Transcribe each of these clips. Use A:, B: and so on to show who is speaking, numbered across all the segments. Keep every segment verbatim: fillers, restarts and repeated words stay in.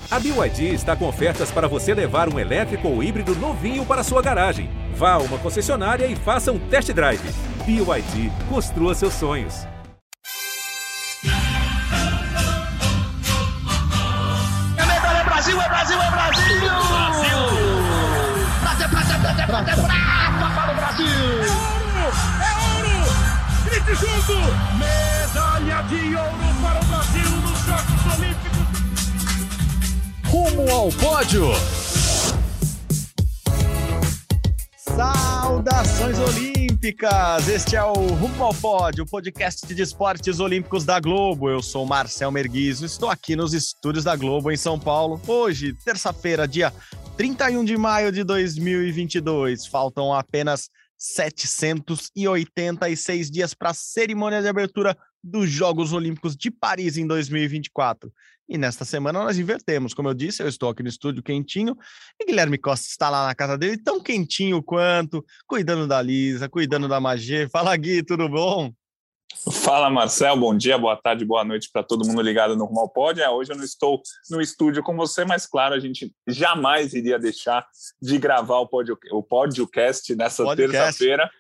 A: A B Y D está com ofertas para você levar um elétrico ou híbrido novinho para sua garagem. Vá a uma concessionária e faça um test drive. B Y D, construa seus sonhos.
B: É medalha, é Brasil, é Brasil, é Brasil! Brasil! Prata, prata, prata, prata, prata para o Brasil!
C: É ouro! É ouro! Grite junto! Medalha de ouro para o Brasil nos Jogos Olímpicos!
D: Rumo ao pódio! Saudações olímpicas! Este é o Rumo ao Pódio, o podcast de esportes olímpicos da Globo. Eu sou Marcel Merguizo, estou aqui nos estúdios da Globo em São Paulo. Hoje, terça-feira, dia trinta e um de maio de dois mil e vinte e dois. Faltam apenas setecentos e oitenta e seis dias para a cerimônia de abertura dos Jogos Olímpicos de Paris em dois mil e vinte e quatro. E nesta semana nós invertemos. Como eu disse, eu estou aqui no estúdio quentinho e Guilherme Costa está lá na casa dele, tão quentinho quanto, cuidando da Lisa, cuidando da Magê. Fala, Gui, tudo bom?
E: Fala, Marcel, bom dia, boa tarde, boa noite para todo mundo ligado no Rumo ao Pódio. É, hoje eu não estou no estúdio com você, mas claro, a gente jamais iria deixar de gravar o, pódio, o podcast nessa podcast. terça-feira.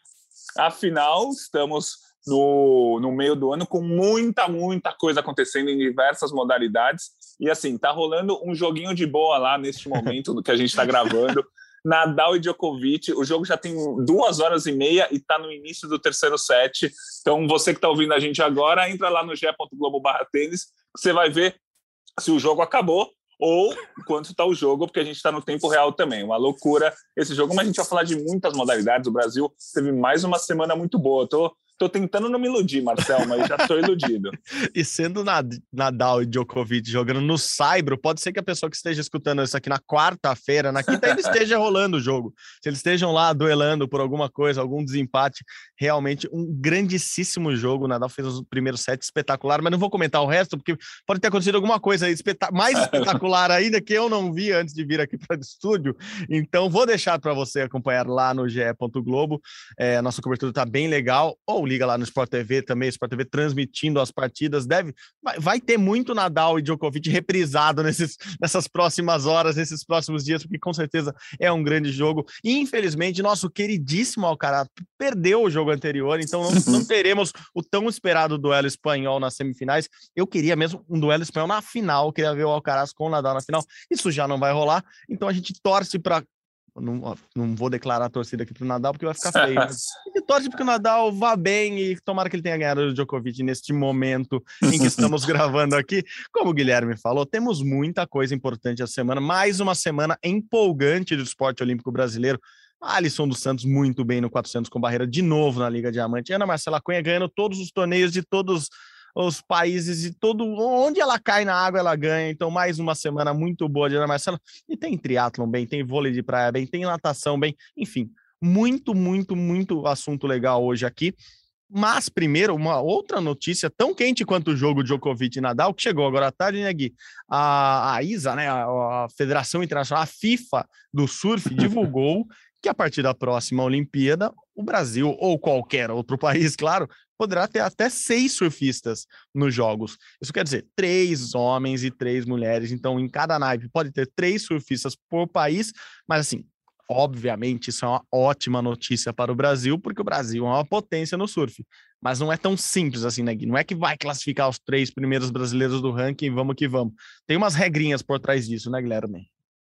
E: Afinal, estamos no, no meio do ano com muita, muita coisa acontecendo em diversas modalidades. E assim, tá rolando um joguinho de boa lá neste momento do que a gente está gravando. Nadal e Djokovic, o jogo já tem duas horas e meia e está no início do terceiro set. Então, você que está ouvindo a gente agora, entra lá no ge ponto globo barra tênis, que você vai ver se o jogo acabou ou quanto está o jogo, porque a gente está no tempo real também. Uma loucura esse jogo, mas a gente vai falar de muitas modalidades. O Brasil teve mais uma semana muito boa. Tô Tô tentando não me iludir, Marcel, mas já tô iludido.
D: E sendo Nadal e Djokovic jogando no Saibro, pode ser que a pessoa que esteja escutando isso aqui na quarta-feira, na quinta, ele esteja rolando o jogo. Se eles estejam lá duelando por alguma coisa, algum desempate, realmente um grandíssimo jogo. O Nadal fez o primeiro set espetacular, mas não vou comentar o resto, porque pode ter acontecido alguma coisa aí espet- mais espetacular ainda que eu não vi antes de vir aqui para o estúdio. Então, vou deixar para você acompanhar lá no ge ponto globo. É, a nossa cobertura está bem legal. Ou liga lá no Sport T V também, Sport T V transmitindo as partidas, deve, vai, vai ter muito Nadal e Djokovic reprisado nesses, nessas próximas horas, nesses próximos dias, porque com certeza é um grande jogo, e infelizmente nosso queridíssimo Alcaraz perdeu o jogo anterior, então não, não teremos o tão esperado duelo espanhol nas semifinais. Eu queria mesmo um duelo espanhol na final, queria ver o Alcaraz com o Nadal na final, isso já não vai rolar, então a gente torce para Não, não vou declarar a torcida aqui pro Nadal, porque vai ficar feio. Mas a gente torce porque o Nadal vá bem e tomara que ele tenha ganhado o Djokovic neste momento em que estamos gravando aqui. Como o Guilherme falou, temos muita coisa importante essa semana. Mais uma semana empolgante do esporte olímpico brasileiro. A Alisson dos Santos muito bem no quatrocentos com barreira, de novo na Liga Diamante. Ana Marcela Cunha ganhando todos os torneios de todos os países e todo onde ela cai na água ela ganha. Então mais uma semana muito boa de Ana Marcela, e tem triatlon bem, tem vôlei de praia bem, tem natação bem, enfim, muito, muito, muito assunto legal hoje aqui. Mas primeiro, uma outra notícia tão quente quanto o jogo Djokovic e Nadal, que chegou agora à tarde, né, Gui? A, a I S A, né, a, a Federação Internacional, a FIFA do Surf, divulgou que a partir da próxima Olimpíada, o Brasil, ou qualquer outro país, claro, poderá ter até seis surfistas nos Jogos. Isso quer dizer, três homens e três mulheres. Então, em cada naipe pode ter três surfistas por país, mas assim, obviamente, isso é uma ótima notícia para o Brasil, porque o Brasil é uma potência no surf. Mas não é tão simples assim, né, Gui? Não é que vai classificar os três primeiros brasileiros do ranking, vamos que vamos. Tem umas regrinhas por trás disso, né, Guilherme?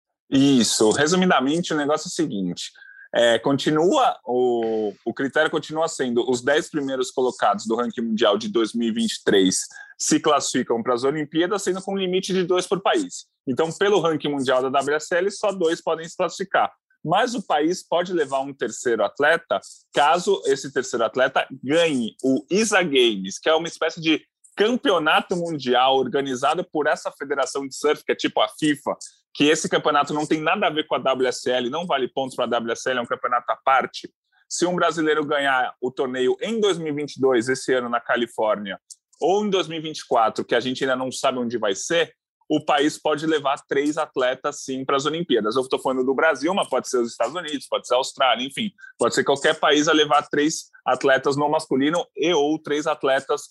E: Isso, resumidamente, o negócio é o seguinte, é, continua, o, o critério continua sendo os dez primeiros colocados do ranking mundial de dois mil e vinte e três se classificam para as Olimpíadas, sendo com limite de dois por país. Então, pelo ranking mundial da W S L, só dois podem se classificar. Mas o país pode levar um terceiro atleta, caso esse terceiro atleta ganhe o I S A Games, que é uma espécie de campeonato mundial organizado por essa federação de surf, que é tipo a FIFA, que esse campeonato não tem nada a ver com a W S L, não vale pontos para a W S L, é um campeonato à parte. Se um brasileiro ganhar o torneio em dois mil e vinte e dois, esse ano na Califórnia, ou em dois mil e vinte e quatro, que a gente ainda não sabe onde vai ser, o país pode levar três atletas, sim, para as Olimpíadas. Eu estou falando do Brasil, mas pode ser os Estados Unidos, pode ser a Austrália, enfim, pode ser qualquer país a levar três atletas no masculino e ou três atletas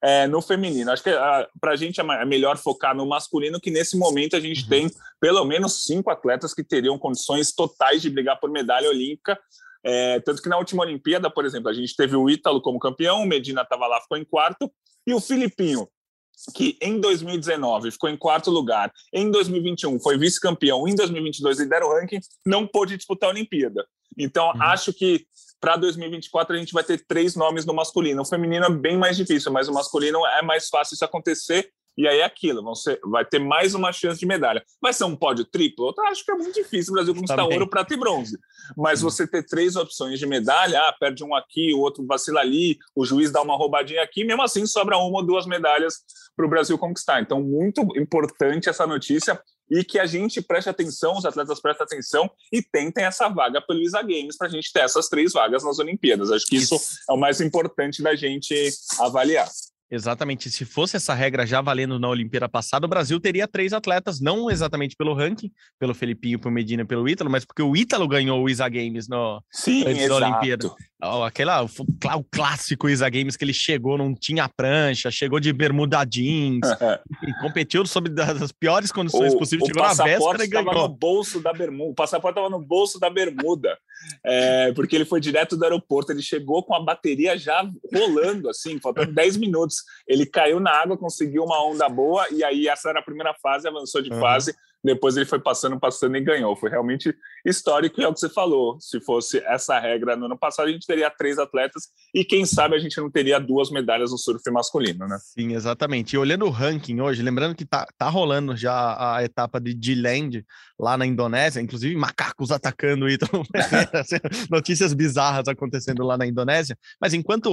E: é, no feminino. Acho que para a gente é melhor focar no masculino, que nesse momento a gente uhum. tem pelo menos cinco atletas que teriam condições totais de brigar por medalha olímpica. É, tanto que na última Olimpíada, por exemplo, a gente teve o Ítalo como campeão, o Medina estava lá, ficou em quarto, e o Filipinho, que em dois mil e dezenove ficou em quarto lugar, em dois mil e vinte e um foi vice-campeão, em dois mil e vinte e dois lidera o ranking, não pôde disputar a Olimpíada. Então, uhum. acho que para dois mil e vinte e quatro a gente vai ter três nomes no masculino. O feminino é bem mais difícil, mas o masculino é mais fácil isso acontecer. E aí é aquilo, vão ser, vai ter mais uma chance de medalha. Vai ser um pódio triplo? Eu acho que é muito difícil o Brasil conquistar ouro, prata e bronze. Mas hum. você ter três opções de medalha, ah, perde um aqui, o outro vacila ali, o juiz dá uma roubadinha aqui, mesmo assim sobra uma ou duas medalhas para o Brasil conquistar. Então, muito importante essa notícia e que a gente preste atenção, os atletas prestem atenção e tentem essa vaga pelo ISA Games para a gente ter essas três vagas nas Olimpíadas. Acho que isso, isso é o mais importante da gente avaliar.
D: Exatamente. Se fosse essa regra já valendo na Olimpíada passada, o Brasil teria três atletas, não exatamente pelo ranking, pelo Felipinho, pelo Medina e pelo Ítalo, mas porque o Ítalo ganhou o ISA Games no,
E: Sim,
D: antes
E: exato.
D: da Olimpíada. Aquela, o, o clássico ISA Games que ele chegou, não tinha prancha, chegou de bermuda jeans, e competiu sob das piores condições
E: o,
D: possíveis,
E: o
D: chegou na véspera e ganhou.
E: No bolso da bermuda, o passaporte estava no bolso da bermuda, é, porque ele foi direto do aeroporto, ele chegou com a bateria já rolando, assim, faltando dez minutos. Ele caiu na água, conseguiu uma onda boa, e aí essa era a primeira fase, avançou de uhum. fase, depois ele foi passando, passando e ganhou. Foi realmente histórico, e é o que você falou. Se fosse essa regra no ano passado, a gente teria três atletas, e quem sabe a gente não teria duas medalhas no surf masculino, né?
D: Sim, exatamente. E olhando o ranking hoje, lembrando que tá, tá rolando já a etapa de G-Land lá na Indonésia, inclusive macacos atacando o Ítalo Ferreira, notícias bizarras acontecendo lá na Indonésia, mas enquanto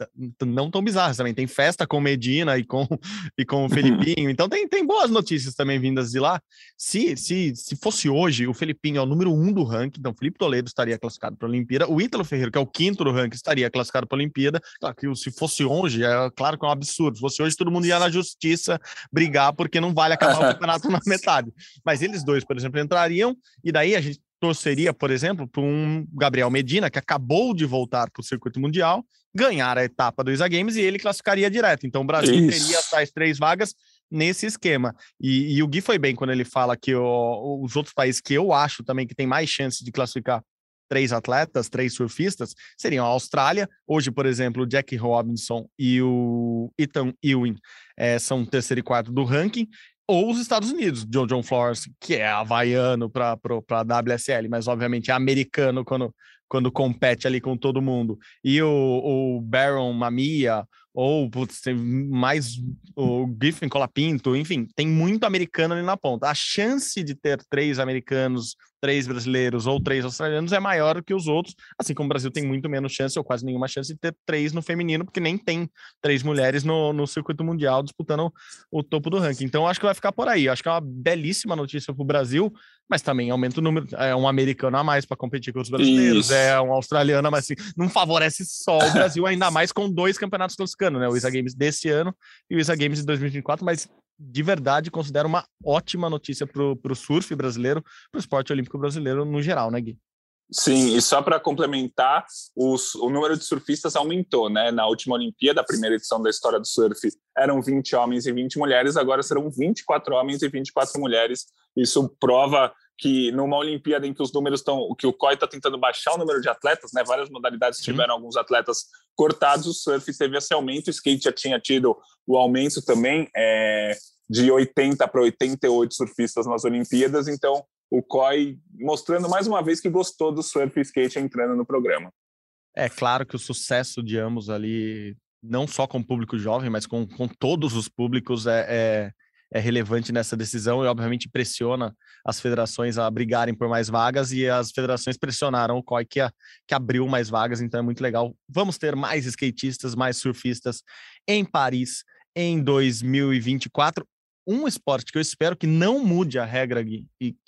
D: não tão bizarras também, tem festa com Medina e com, e com o Felipinho, então tem, tem boas notícias também vindas de lá. Se, se, se fosse hoje, o Felipinho é o número um do ranking, então Felipe Toledo estaria classificado para a Olimpíada, o Ítalo Ferreira, que é o quinto do ranking, estaria classificado para a Olimpíada. Claro que se fosse hoje, é claro que é um absurdo, se fosse hoje todo mundo ia na justiça brigar, porque não vale acabar o campeonato na metade, mas eles dois, por exemplo, entrariam, e daí a gente torceria, por exemplo, para um Gabriel Medina, que acabou de voltar para o circuito mundial, ganhar a etapa do ISA Games e ele classificaria direto. Então o Brasil Isso. teria as três vagas nesse esquema. E, e o Gui foi bem quando ele fala que o, os outros países que eu acho também que tem mais chances de classificar três atletas, três surfistas, seriam a Austrália. Hoje, por exemplo, o Jack Robinson e o Ethan Ewing é, são terceiro e quarto do ranking. Ou os Estados Unidos, John John Flores, que é havaiano para a W S L, mas obviamente é americano quando, quando compete ali com todo mundo. E o, o Baron Mamiya, ou putz, tem mais o Griffin Colapinto, enfim, tem muito americano ali na ponta. A chance de ter três americanos, três brasileiros ou três australianos é maior do que os outros, assim como o Brasil tem muito menos chance, ou quase nenhuma chance de ter três no feminino, porque nem tem três mulheres no, no circuito mundial disputando o, o topo do ranking. Então, acho que vai ficar por aí. Acho que é uma belíssima notícia para o Brasil, mas também aumenta o número, é um americano a mais para competir com os brasileiros, Isso. é um australiano, mas assim, não favorece só o Brasil, ainda mais com dois campeonatos classificando, né? O ISA Games desse ano e o ISA Games de dois mil e vinte e quatro, mas de verdade considero uma ótima notícia para o surf brasileiro, para o esporte olímpico brasileiro no geral, né, Gui?
E: Sim, e só para complementar, os, o número de surfistas aumentou, né? Na última Olimpíada, a primeira edição da história do surf, eram vinte homens e vinte mulheres, agora serão vinte e quatro homens e vinte e quatro mulheres. Isso prova que numa Olimpíada em que os números estão, que o C O I está tentando baixar o número de atletas, né? Várias modalidades Sim. tiveram alguns atletas cortados, o surf teve esse aumento, o skate já tinha tido o aumento também, é, de oitenta para oitenta e oito surfistas nas Olimpíadas, então o C O I mostrando mais uma vez que gostou do surf e skate entrando no programa.
D: É claro que o sucesso de ambos ali, não só com o público jovem, mas com, com todos os públicos é, é, é relevante nessa decisão e obviamente pressiona as federações a brigarem por mais vagas e as federações pressionaram o C O I que, a, que abriu mais vagas, então é muito legal. Vamos ter mais skatistas, mais surfistas em Paris em dois mil e vinte e quatro. Um esporte que eu espero que não mude a regra, Gui, e que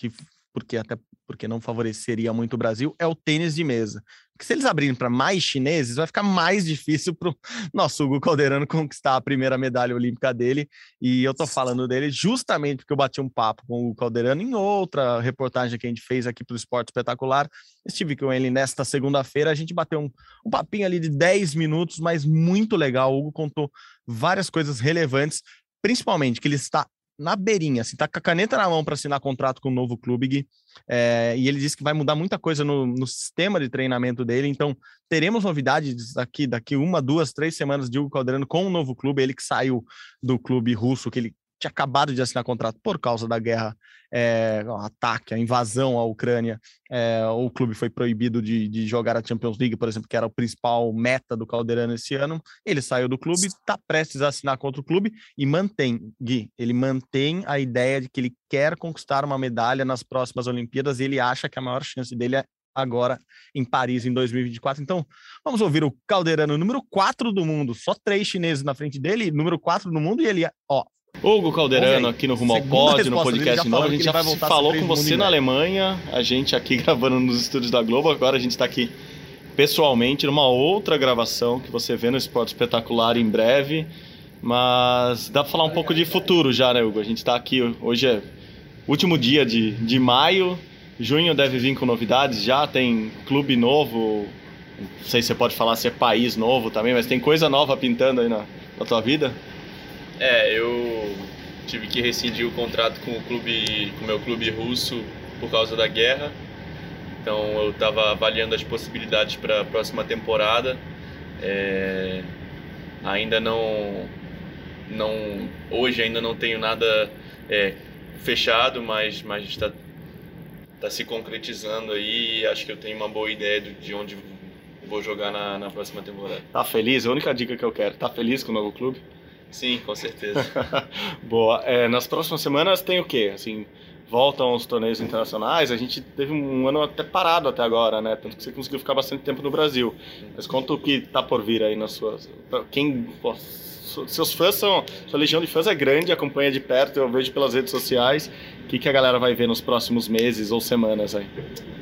D: porque até porque não favoreceria muito o Brasil, é o tênis de mesa. Porque se eles abrirem para mais chineses, vai ficar mais difícil para o nosso Hugo Calderano conquistar a primeira medalha olímpica dele. E eu tô falando dele justamente porque eu bati um papo com o Hugo Calderano em outra reportagem que a gente fez aqui para o Esporte Espetacular. Estive com ele nesta segunda-feira, a gente bateu um, um papinho ali de dez minutos, mas muito legal. O Hugo contou várias coisas relevantes, principalmente que ele está na beirinha, assim, tá com a caneta na mão para assinar contrato com o novo clube, Gui, é, e ele disse que vai mudar muita coisa no, no sistema de treinamento dele, então teremos novidades daqui, daqui uma, duas, três semanas de Hugo Calderano com o novo clube, ele que saiu do clube russo, que ele tinha acabado de assinar contrato por causa da guerra, é, o ataque, a invasão à Ucrânia, é, o clube foi proibido de, de jogar a Champions League, por exemplo, que era o principal meta do Calderano esse ano. Ele saiu do clube, está prestes a assinar contra o clube e mantém, Gui, ele mantém a ideia de que ele quer conquistar uma medalha nas próximas Olimpíadas e ele acha que a maior chance dele é agora em Paris, em dois mil e vinte e quatro. Então, vamos ouvir o Calderano, número quatro do mundo, só três chineses na frente dele, número quatro do mundo, e ele, ó,
F: Hugo Calderano aqui no Rumo ao Pódio, no podcast novo. A gente já falou com você na Alemanha, a gente aqui gravando nos estúdios da Globo, agora a gente está aqui pessoalmente numa outra gravação que você vê no Esporte Espetacular em breve, mas dá para falar um pouco de futuro já, né, Hugo? A gente está aqui, hoje é último dia de, de maio, junho deve vir com novidades, já tem clube novo, não sei se você pode falar se é país novo também, mas tem coisa nova pintando aí na, na tua vida?
G: É, eu tive que rescindir o contrato com o clube, com o meu clube russo por causa da guerra. Então eu estava avaliando as possibilidades para a próxima temporada. É, ainda não, não, hoje ainda não tenho nada é, fechado, mas mas está tá se concretizando aí. E acho que eu tenho uma boa ideia de onde vou jogar na, na próxima temporada.
F: Tá feliz? A única dica que eu quero. Tá feliz com o novo clube?
G: Sim, com certeza.
F: Boa. É, nas próximas semanas tem o quê? Assim, voltam os torneios internacionais. A gente teve um ano até parado até agora, né? Tanto que você conseguiu ficar bastante tempo no Brasil. Mas conta o que tá por vir aí nas suas... Quem... Pô, seus fãs são... Sua legião de fãs é grande, acompanha de perto, eu vejo pelas redes sociais. O que, que a galera vai ver nos próximos meses ou semanas aí?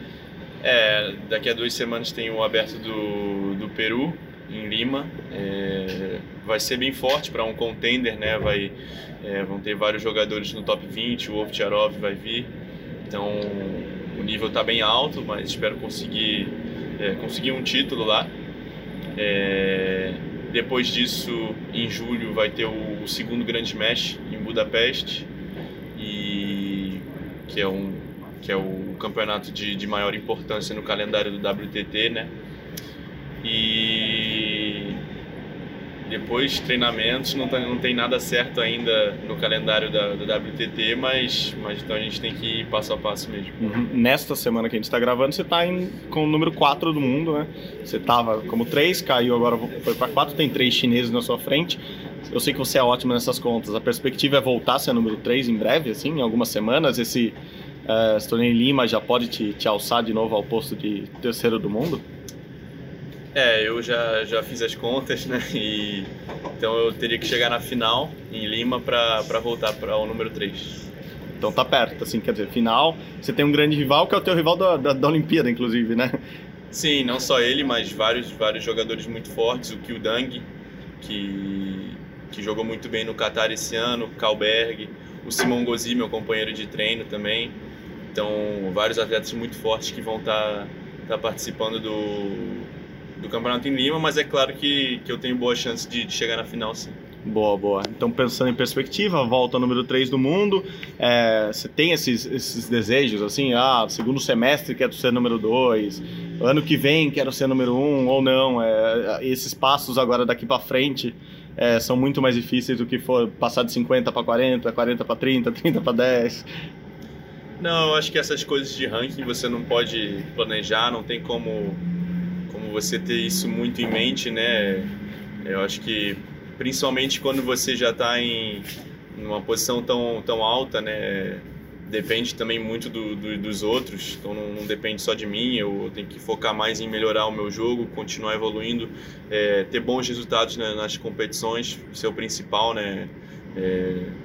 G: É, daqui a duas semanas tem o Aberto do, do Peru, em Lima. É, vai ser bem forte para um contender, né? Vai, é, vão ter vários jogadores no top vinte, o Ovtcharov vai vir, então o nível está bem alto, mas espero conseguir, é, conseguir um título lá. É, depois disso, em julho, vai ter o, o segundo Grande Smash em Budapeste, e, que, é um, que é o campeonato de, de maior importância no calendário do W T T, né? E depois treinamentos, não, tá, não tem nada certo ainda no calendário da, do W T T, mas, mas então a gente tem que ir passo a passo mesmo.
F: Uhum. Nesta semana que a gente está gravando, você está com o número quatro do mundo, né? Você estava como três, caiu, agora foi para quatro, tem três chineses na sua frente. Eu sei que você é ótimo nessas contas. A perspectiva é voltar a ser número três em breve, assim, em algumas semanas. Esse uh, torneio em Lima já pode te, te alçar de novo ao posto de terceiro do mundo?
G: É, eu já, já fiz as contas, né? E, então eu teria que chegar na final em Lima para voltar para o número três.
F: Então tá perto, assim, quer dizer, final, você tem um grande rival que é o teu rival da, da, da Olimpíada, inclusive, né?
G: Sim, não só ele, mas vários, vários jogadores muito fortes, o Kyudang, que, que jogou muito bem no Qatar esse ano, o Kalberg, o Simon Gauzy, meu companheiro de treino também. Então, vários atletas muito fortes que vão estar tá, tá participando do... do campeonato em Lima, mas é claro que, que eu tenho boa chance de, de chegar na final, sim.
F: Boa, boa. Então, pensando em perspectiva, volta ao número três do mundo, é, você tem esses, esses desejos, assim, ah, segundo semestre quero ser número dois, ano que vem quero ser número um, ou não, é, esses passos agora daqui para frente é, são muito mais difíceis do que for passar de cinquenta para quarenta, quarenta para trinta, trinta para dez...
G: Não, eu acho que essas coisas de ranking você não pode planejar, não tem como... como você ter isso muito em mente, né? Eu acho que principalmente quando você já está em uma posição tão, tão alta, né? Depende também muito do, do, dos outros, então não, não depende só de mim. Eu tenho que focar mais em melhorar o meu jogo, continuar evoluindo, é, ter bons resultados, né, nas competições, ser o principal, né? É,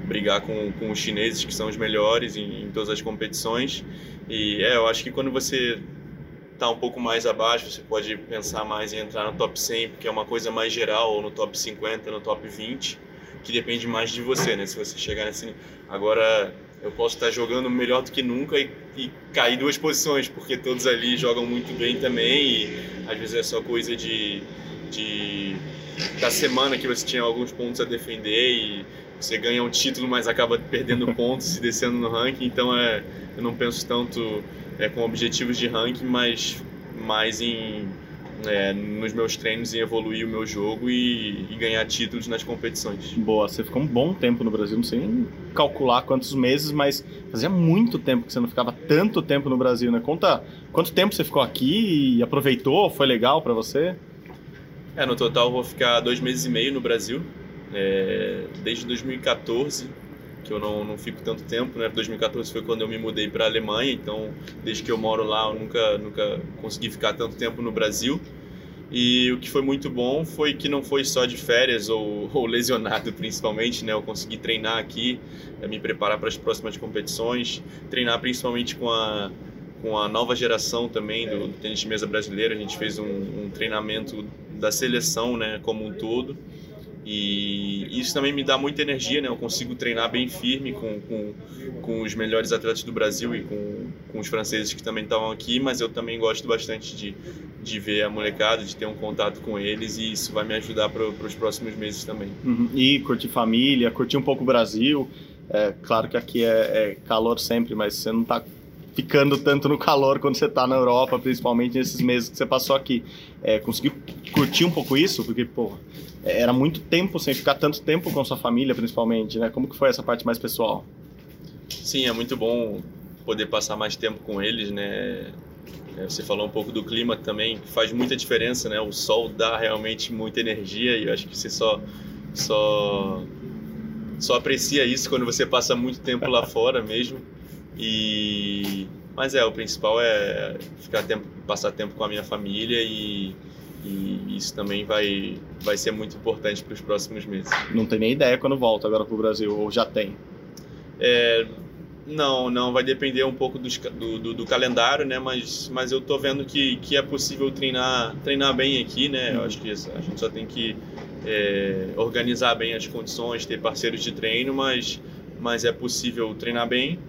G: brigar com, com os chineses, que são os melhores em, em todas as competições. E é, eu acho que quando você está um pouco mais abaixo, você pode pensar mais em entrar no top cem, porque é uma coisa mais geral, ou no top cinquenta, no top vinte, que depende mais de você, né? Se você chegar nesse... Agora, eu posso estar jogando melhor do que nunca e, e cair duas posições, porque todos ali jogam muito bem também, e às vezes é só coisa de, de da semana que você tinha alguns pontos a defender e você ganha um título, mas acaba perdendo pontos e descendo no ranking. Então, é, eu não penso tanto é, com objetivos de ranking, mas mais em... É, nos meus treinos em evoluir o meu jogo e, e ganhar títulos nas competições.
F: Boa, você ficou um bom tempo no Brasil, não sei nem calcular quantos meses, mas fazia muito tempo que você não ficava tanto tempo no Brasil, né? Conta quanto tempo você ficou aqui e aproveitou, foi legal pra você?
G: É, no total eu vou ficar dois meses e meio no Brasil, é, desde dois mil e quatorze, que eu não, não fico tanto tempo, né? dois mil e quatorze foi quando eu me mudei para a Alemanha, então desde que eu moro lá eu nunca, nunca consegui ficar tanto tempo no Brasil. E o que foi muito bom foi que não foi só de férias ou, ou lesionado principalmente, né? Eu consegui treinar aqui, me preparar para as próximas competições, treinar principalmente com a, com a nova geração também do, do tênis de mesa brasileiro. A gente fez um, um treinamento da seleção, né, como um todo. E isso também me dá muita energia, né? Eu consigo treinar bem firme com, com, com os melhores atletas do Brasil e com, com os franceses que também estavam aqui, mas eu também gosto bastante de, de ver a molecada, de ter um contato com eles, e isso vai me ajudar para os próximos meses também.
F: Uhum. E curtir família, curtir um pouco o Brasil. É, claro que aqui é, é calor sempre, mas você não está ficando tanto no calor quando você está na Europa, principalmente nesses meses que você passou aqui. É, conseguiu curtir um pouco isso? Porque, pô, era muito tempo sem ficar tanto tempo com sua família, principalmente, né? Como que foi essa parte mais pessoal?
G: Sim, é muito bom poder passar mais tempo com eles, né? Você falou um pouco do clima também, que faz muita diferença, né? O sol dá realmente muita energia e eu acho que você só, só, só aprecia isso quando você passa muito tempo lá fora mesmo. E... Mas é, o principal é ficar tempo, passar tempo com a minha família e, e isso também vai, vai ser muito importante para os próximos meses.
F: Não tem nem ideia quando volta agora para o Brasil, ou já tem?
G: É, não, não, vai depender um pouco do, do, do calendário, né? Mas, mas eu tô vendo que, que é possível treinar, treinar bem aqui, né? Eu acho que a gente só tem que é, organizar bem as condições, ter parceiros de treino, mas, mas é possível treinar bem.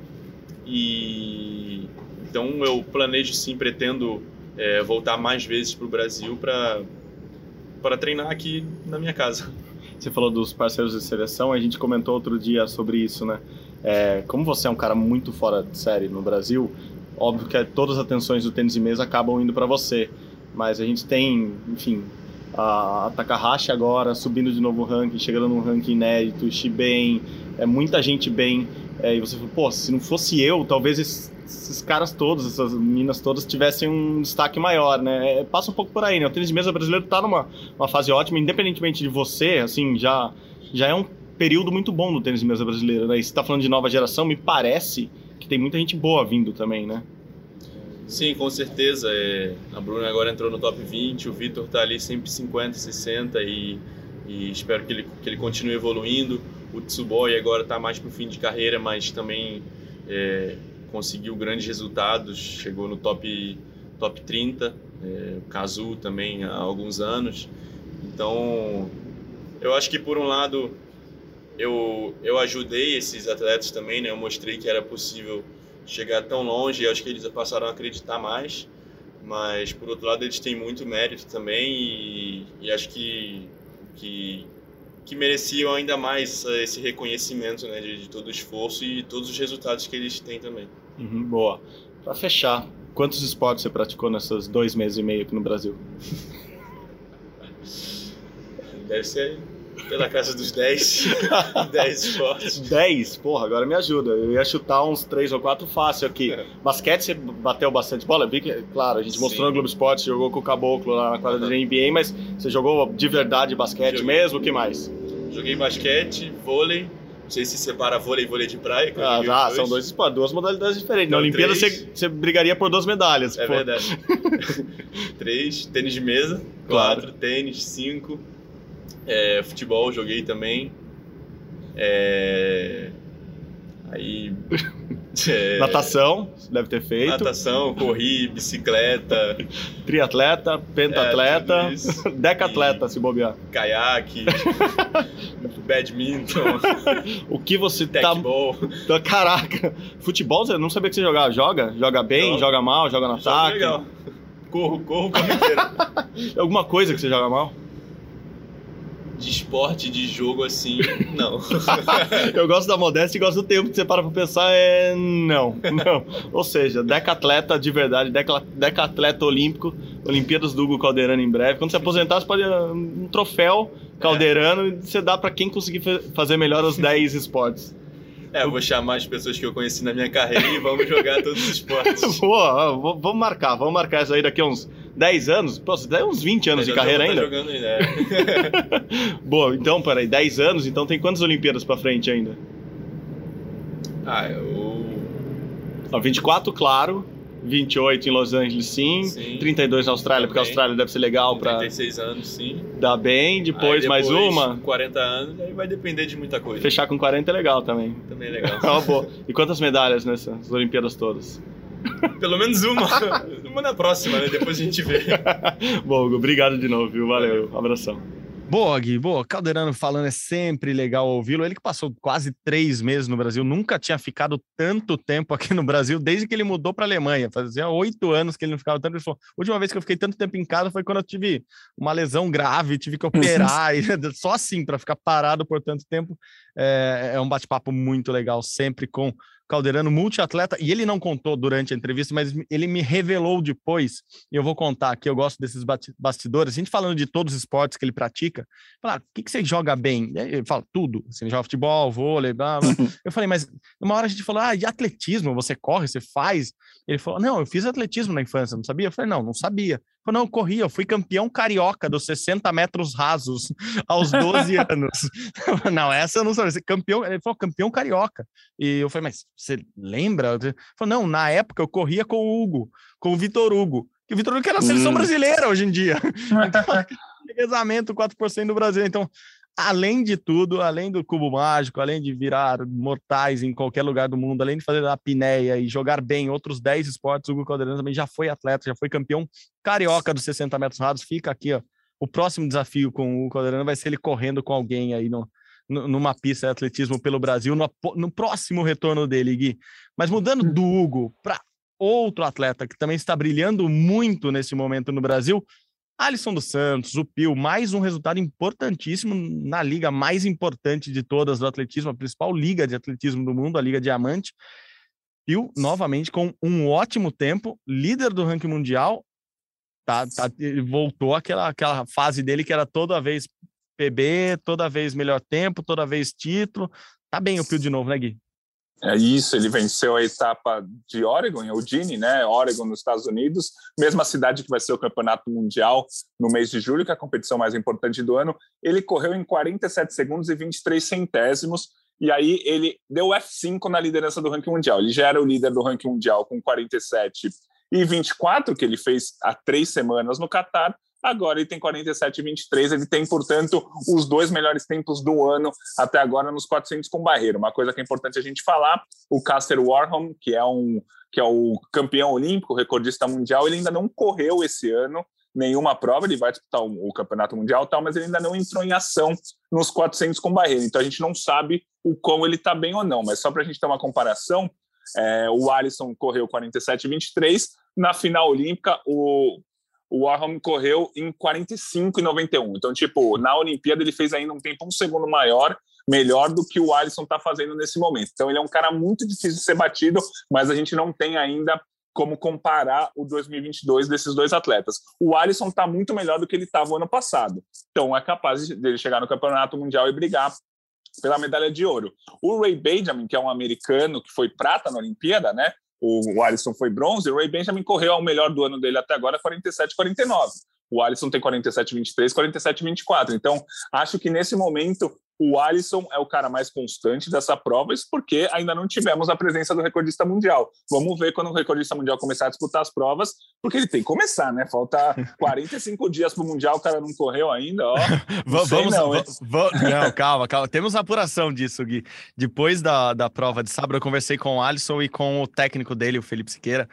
G: E então eu planejo sim, pretendo é, voltar mais vezes para o Brasil para para treinar aqui na minha casa.
F: Você falou dos parceiros de seleção, a gente comentou outro dia sobre isso, né? É, como você é um cara muito fora de série no Brasil, óbvio que todas as atenções do tênis de mesa acabam indo para você, mas a gente tem, enfim, a, a Takahashi agora subindo de novo o ranking, chegando num ranking inédito, o Shibane, é muita gente bem. É, e você falou, pô, se não fosse eu, talvez esses, esses caras todos, essas meninas todas tivessem um destaque maior, né? É, passa um pouco por aí, né? O tênis de mesa brasileiro tá numa uma fase ótima, independentemente de você, assim, já, já é um período muito bom do tênis de mesa brasileiro, né? E você tá falando de nova geração, me parece que tem muita gente boa vindo também, né?
G: Sim, com certeza. É, a Bruna agora entrou no top vinte, o Vitor tá ali sempre cinquenta, sessenta e, e espero que ele, que ele continue evoluindo. O Tsuboi agora está mais para o fim de carreira, mas também é, conseguiu grandes resultados, chegou no top, top trinta, é, o Kazu também há alguns anos. Então, eu acho que por um lado eu, eu ajudei esses atletas também, né? Eu mostrei que era possível chegar tão longe e acho que eles passaram a acreditar mais, mas por outro lado eles têm muito mérito também e, e acho que, que que mereciam ainda mais esse reconhecimento, né, de, de todo o esforço e todos os resultados que eles têm também.
F: Uhum, boa. Para fechar, quantos esportes você praticou nesses dois meses e meio aqui no Brasil?
G: Deve ser pela casa dos dez, dez esportes.
F: dez? Porra, agora me ajuda. Eu ia chutar uns três ou quatro fácil aqui. É. Basquete, você bateu bastante bola? Vi que, claro, a gente Sim. mostrou no Globo Esporte, jogou com o Caboclo lá na quadra uhum. da N B A, mas você jogou de verdade basquete Joguei. mesmo? O que mais?
G: Joguei basquete, vôlei, não sei se separa vôlei e vôlei de praia.
F: Ah, já, dois. São dois esportes, duas modalidades diferentes. Então, na Olimpíada você, você brigaria por duas medalhas.
G: É
F: pô.
G: verdade. Três, tênis de mesa,
F: claro.
G: Quatro, tênis, cinco. É, futebol joguei também. É... Aí... É...
F: Natação, deve ter feito.
G: Natação, corri, bicicleta.
F: Triatleta, pentatleta,
G: é,
F: decatleta, se bobear.
G: Caiaque, badminton.
F: O que você
G: Tecbol.
F: tá... Caraca, futebol, você não sabia que você jogava. Joga? Joga bem,
G: Não.
F: Joga mal, joga no ataque?
G: Legal. Corro, corro, corro inteiro.
F: Alguma coisa que você joga mal?
G: De esporte, de jogo, assim, não.
F: Eu gosto da modéstia e gosto do tempo que você para pra pensar, é... Não, não. Ou seja, decatleta de verdade, deca, decatleta olímpico, Olimpíadas do Hugo Calderano em breve. Quando você aposentar, você pode um troféu Calderano e você dá pra quem conseguir fazer melhor os dez esportes.
G: É, eu vou chamar as pessoas que eu conheci na minha carreira e vamos jogar todos os esportes.
F: Boa, vamos marcar, vamos marcar isso aí daqui a uns dez anos. Pô, você tem uns vinte anos de carreira ainda?
G: Tá jogando ainda, é.
F: Boa, então, peraí, dez anos, então tem quantas Olimpíadas pra frente ainda?
G: Ah, eu...
F: Ó, vinte e quatro, claro. vinte e oito em Los Angeles, sim.
G: sim.
F: trinta e dois na Austrália, também. Porque a Austrália deve ser legal pra...
G: trinta e seis anos, sim.
F: Dar bem, depois, depois mais uma.
G: quarenta anos, aí vai depender de muita coisa.
F: Fechar com quarenta é legal também.
G: Também é legal.
F: Ah, boa. E quantas medalhas nessas Olimpíadas todas?
G: Pelo menos uma. Uma na próxima, né? Depois a gente vê.
F: Bom, Hugo, obrigado de novo, viu? Valeu, Valeu. Abração.
D: Boa, Gui, boa. Calderano falando, é sempre legal ouvi-lo. Ele que passou quase três meses no Brasil, nunca tinha ficado tanto tempo aqui no Brasil, desde que ele mudou para a Alemanha. Fazia oito anos que ele não ficava tanto. Ele falou, a última vez que eu fiquei tanto tempo em casa foi quando eu tive uma lesão grave, tive que operar, e só assim, para ficar parado por tanto tempo. É, é um bate-papo muito legal, sempre com Calderano, multiatleta, e ele não contou durante a entrevista, mas ele me revelou depois, e eu vou contar aqui, eu gosto desses bastidores, a gente falando de todos os esportes que ele pratica, fala, ah, o que, que você joga bem? Ele fala, tudo, assim, joga futebol, vôlei, blá, blá. Eu falei, mas numa hora a gente falou, ah, e atletismo, você corre, você faz? Ele falou, não, eu fiz atletismo na infância, não sabia? Eu falei, não, não sabia. Ele falou, não, eu corri, eu fui campeão carioca dos sessenta metros rasos aos doze anos. Não, essa eu não sabia, campeão, ele falou, campeão carioca. E eu falei, mas você lembra? Ele falou, não, na época eu corria com o Hugo, com o Vitor Hugo, que o Vitor Hugo que era a seleção hum. brasileira hoje em dia. Então, revezamento quatro por cento do Brasil. Então, além de tudo, além do cubo mágico, além de virar mortais em qualquer lugar do mundo, além de fazer a apneia e jogar bem outros dez esportes, o Hugo Calderano também já foi atleta, já foi campeão carioca dos sessenta metros rasos. Fica aqui, ó. O próximo desafio com o Hugo Calderano vai ser ele correndo com alguém aí no, no, numa pista de atletismo pelo Brasil, no, no próximo retorno dele, Gui. Mas mudando do Hugo para outro atleta que também está brilhando muito nesse momento no Brasil, Alisson dos Santos, o Pio, mais um resultado importantíssimo na liga mais importante de todas do atletismo, a principal liga de atletismo do mundo, a Liga Diamante. Pio, novamente, com um ótimo tempo, líder do ranking mundial, tá, tá, voltou àquela, àquela fase dele que era toda vez P B, toda vez melhor tempo, toda vez título. Tá bem o Pio de novo, né, Gui?
E: É isso, ele venceu a etapa de Oregon, em Eugene, né? Oregon, nos Estados Unidos, mesma cidade que vai ser o campeonato mundial no mês de julho, que é a competição mais importante do ano. Ele correu em quarenta e sete segundos e vinte e três centésimos, e aí ele deu F cinco na liderança do ranking mundial. Ele já era o líder do ranking mundial com quarenta e sete e vinte e quatro, que ele fez há três semanas no Catar. Agora ele tem quarenta e sete e vinte e três, ele tem, portanto, os dois melhores tempos do ano até agora nos quatrocentos com barreira. Uma coisa que é importante a gente falar, o Caster Warholm, que é, um, que é o campeão olímpico, recordista mundial, ele ainda não correu esse ano nenhuma prova, ele vai disputar o, o campeonato mundial, tal, mas ele ainda não entrou em ação nos quatrocentos com barreira, então a gente não sabe o quão ele está bem ou não, mas só para a gente ter uma comparação, é, o Alisson correu quarenta e sete e vinte e três, na final olímpica o o Warholm correu em quarenta e cinco e noventa e um. Então, tipo, na Olimpíada ele fez ainda um tempo um segundo maior, melhor do que o Alisson está fazendo nesse momento. Então, ele é um cara muito difícil de ser batido, mas a gente não tem ainda como comparar o dois mil e vinte e dois desses dois atletas. O Alisson está muito melhor do que ele estava o ano passado. Então, é capaz dele chegar no Campeonato Mundial e brigar pela medalha de ouro. O Ray Benjamin, que é um americano que foi prata na Olimpíada, né? O Alisson foi bronze, o Ray Benjamin correu ao melhor do ano dele até agora, quarenta e sete e quarenta e nove. O Alisson tem quarenta e sete e vinte e três, quarenta e sete e vinte e quatro. Então, acho que nesse momento o Alisson é o cara mais constante dessa prova, isso porque ainda não tivemos a presença do recordista mundial. Vamos ver quando o recordista mundial começar a disputar as provas, porque ele tem que começar, né? Falta quarenta e cinco dias para o mundial, o cara não correu ainda, ó. Não
D: vamos,
E: não,
D: vamos, não, calma, calma. Temos apuração disso, Gui. Depois da, da prova de sábado, eu conversei com o Alisson e com o técnico dele, o Felipe Siqueira.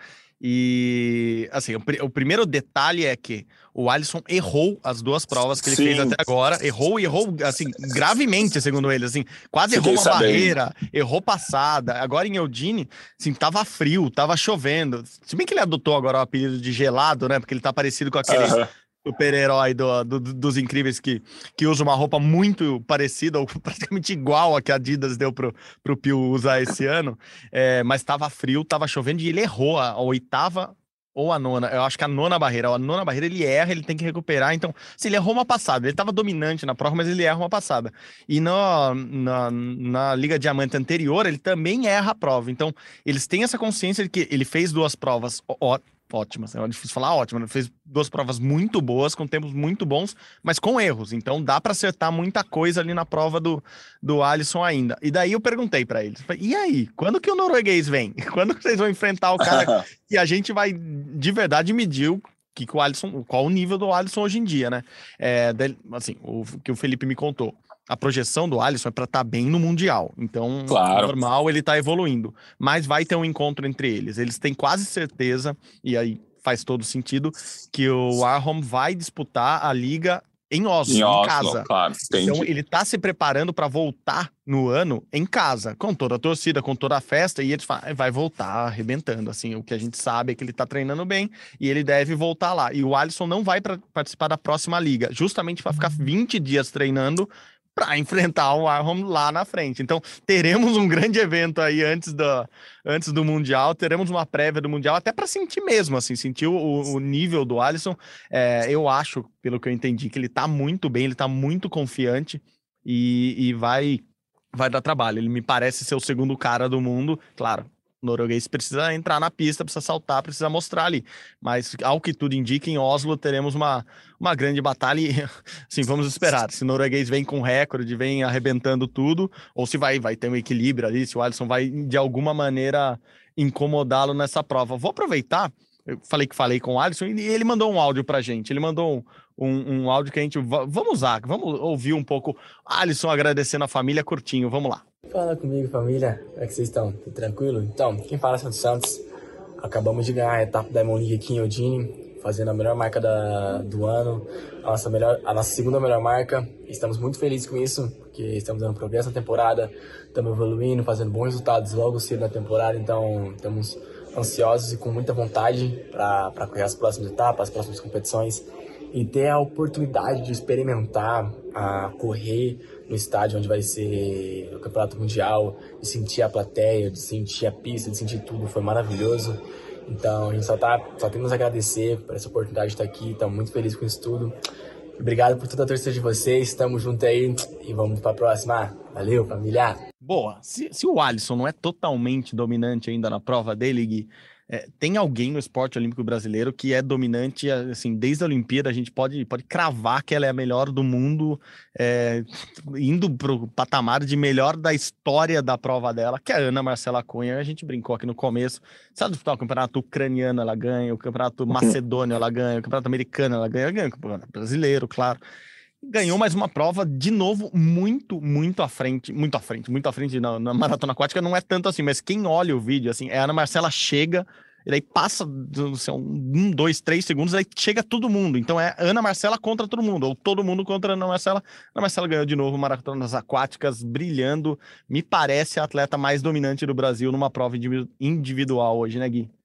D: E, assim, o, o primeiro detalhe é que o Alisson errou as duas provas que ele Sim. fez até agora. Errou e errou, assim, gravemente, segundo ele, assim. Quase Fiquei errou uma sabendo. barreira, errou passada. Agora em Eugene, assim, tava frio, tava chovendo. Se bem que ele adotou agora o apelido de gelado, né? Porque ele tá parecido com aquele... Uh-huh. super-herói do, do, dos Incríveis que, que usa uma roupa muito parecida ou praticamente igual a que a Adidas deu pro, pro Pio usar esse ano, é, mas tava frio, tava chovendo e ele errou a, a oitava ou a nona, eu acho que a nona barreira, a nona barreira ele erra, ele tem que recuperar, então, se ele errou uma passada, ele tava dominante na prova, mas ele erra uma passada, e no, na, na Liga Diamante anterior, ele também erra a prova, então, eles têm essa consciência de que ele fez duas provas, ó, ótimas, é difícil falar ótima, ele fez duas provas muito boas, com tempos muito bons, mas com erros, então dá para acertar muita coisa ali na prova do, do Alisson ainda. E daí eu perguntei para eles, e aí, quando que o norueguês vem? Quando que vocês vão enfrentar o cara que a gente vai de verdade medir o que, que o Alisson, qual o nível do Alisson hoje em dia, né? É, assim, o que o Felipe me contou. A projeção do Alisson é para estar tá bem no Mundial. Então, claro. normal, ele tá evoluindo. Mas vai ter um encontro entre eles. Eles têm quase certeza, e aí faz todo sentido, que o Warholm vai disputar a Liga em Oslo, em, Oslo, em casa.
E: Claro,
D: então, ele tá se preparando para voltar no ano em casa, com toda a torcida, com toda a festa, e ele vai voltar arrebentando. Assim, o que a gente sabe é que ele tá treinando bem e ele deve voltar lá. E o Alisson não vai pra participar da próxima Liga, justamente para ficar vinte dias treinando para enfrentar o Warholm lá na frente. Então, teremos um grande evento aí antes do, antes do Mundial, teremos uma prévia do Mundial, até para sentir mesmo, assim, sentir o, o nível do Alisson. É, eu acho, pelo que eu entendi, que ele tá muito bem, ele tá muito confiante e, e vai, vai dar trabalho. Ele me parece ser o segundo cara do mundo, claro. O norueguês precisa entrar na pista, precisa saltar, precisa mostrar ali. Mas, ao que tudo indica, em Oslo teremos uma, uma grande batalha e, assim, vamos esperar. Se o norueguês vem com recorde, vem arrebentando tudo, ou se vai, vai ter um equilíbrio ali, se o Alisson vai, de alguma maneira, incomodá-lo nessa prova. Vou aproveitar, eu falei que falei com o Alisson, e ele mandou um áudio pra gente. Ele mandou um, um, um áudio que a gente... Vamos usar, vamos ouvir um pouco Alisson agradecendo a família curtinho. Vamos lá.
H: Fala comigo, família. Como é que vocês estão? Tudo tranquilo? Então, quem fala é Santos Santos. Acabamos de ganhar a etapa da Diamond League aqui em Eugene, fazendo a melhor marca da, do ano, a nossa, melhor, a nossa segunda melhor marca. Estamos muito felizes com isso, porque estamos dando progresso na temporada, estamos evoluindo, fazendo bons resultados logo cedo na temporada, então estamos ansiosos e com muita vontade para correr as próximas etapas, as próximas competições e ter a oportunidade de experimentar, a correr no estádio onde vai ser o Campeonato Mundial, de sentir a plateia, de sentir a pista, de sentir tudo, foi maravilhoso. Então a gente só, tá, só tem que nos agradecer por essa oportunidade de estar aqui, estamos muito felizes com isso tudo. Obrigado por toda a torcida de vocês, estamos juntos aí e vamos para a próxima. Valeu, família!
D: Boa, se, se o Alisson não é totalmente dominante ainda na prova dele, Gui, é, tem alguém no esporte olímpico brasileiro que é dominante, assim, desde a Olimpíada a gente pode, pode cravar que ela é a melhor do mundo, é, indo pro patamar de melhor da história da prova dela, que é a Ana Marcela Cunha. A gente brincou aqui no começo, sabe disputar o campeonato ucraniano, ela ganha, o campeonato macedônio ela ganha, o campeonato americano ela ganha, ela ganha o campeonato brasileiro, claro. Ganhou mais uma prova, de novo, muito, muito à frente, muito à frente, muito à frente na, na maratona aquática, não é tanto assim, mas quem olha o vídeo, assim, é a Ana Marcela chega, e daí passa, não sei, um, dois, três segundos, aí chega todo mundo, então é Ana Marcela contra todo mundo, ou todo mundo contra a Ana Marcela. Ana Marcela ganhou de novo maratonas aquáticas, brilhando, me parece a atleta mais dominante do Brasil numa prova individual hoje, né, Gui?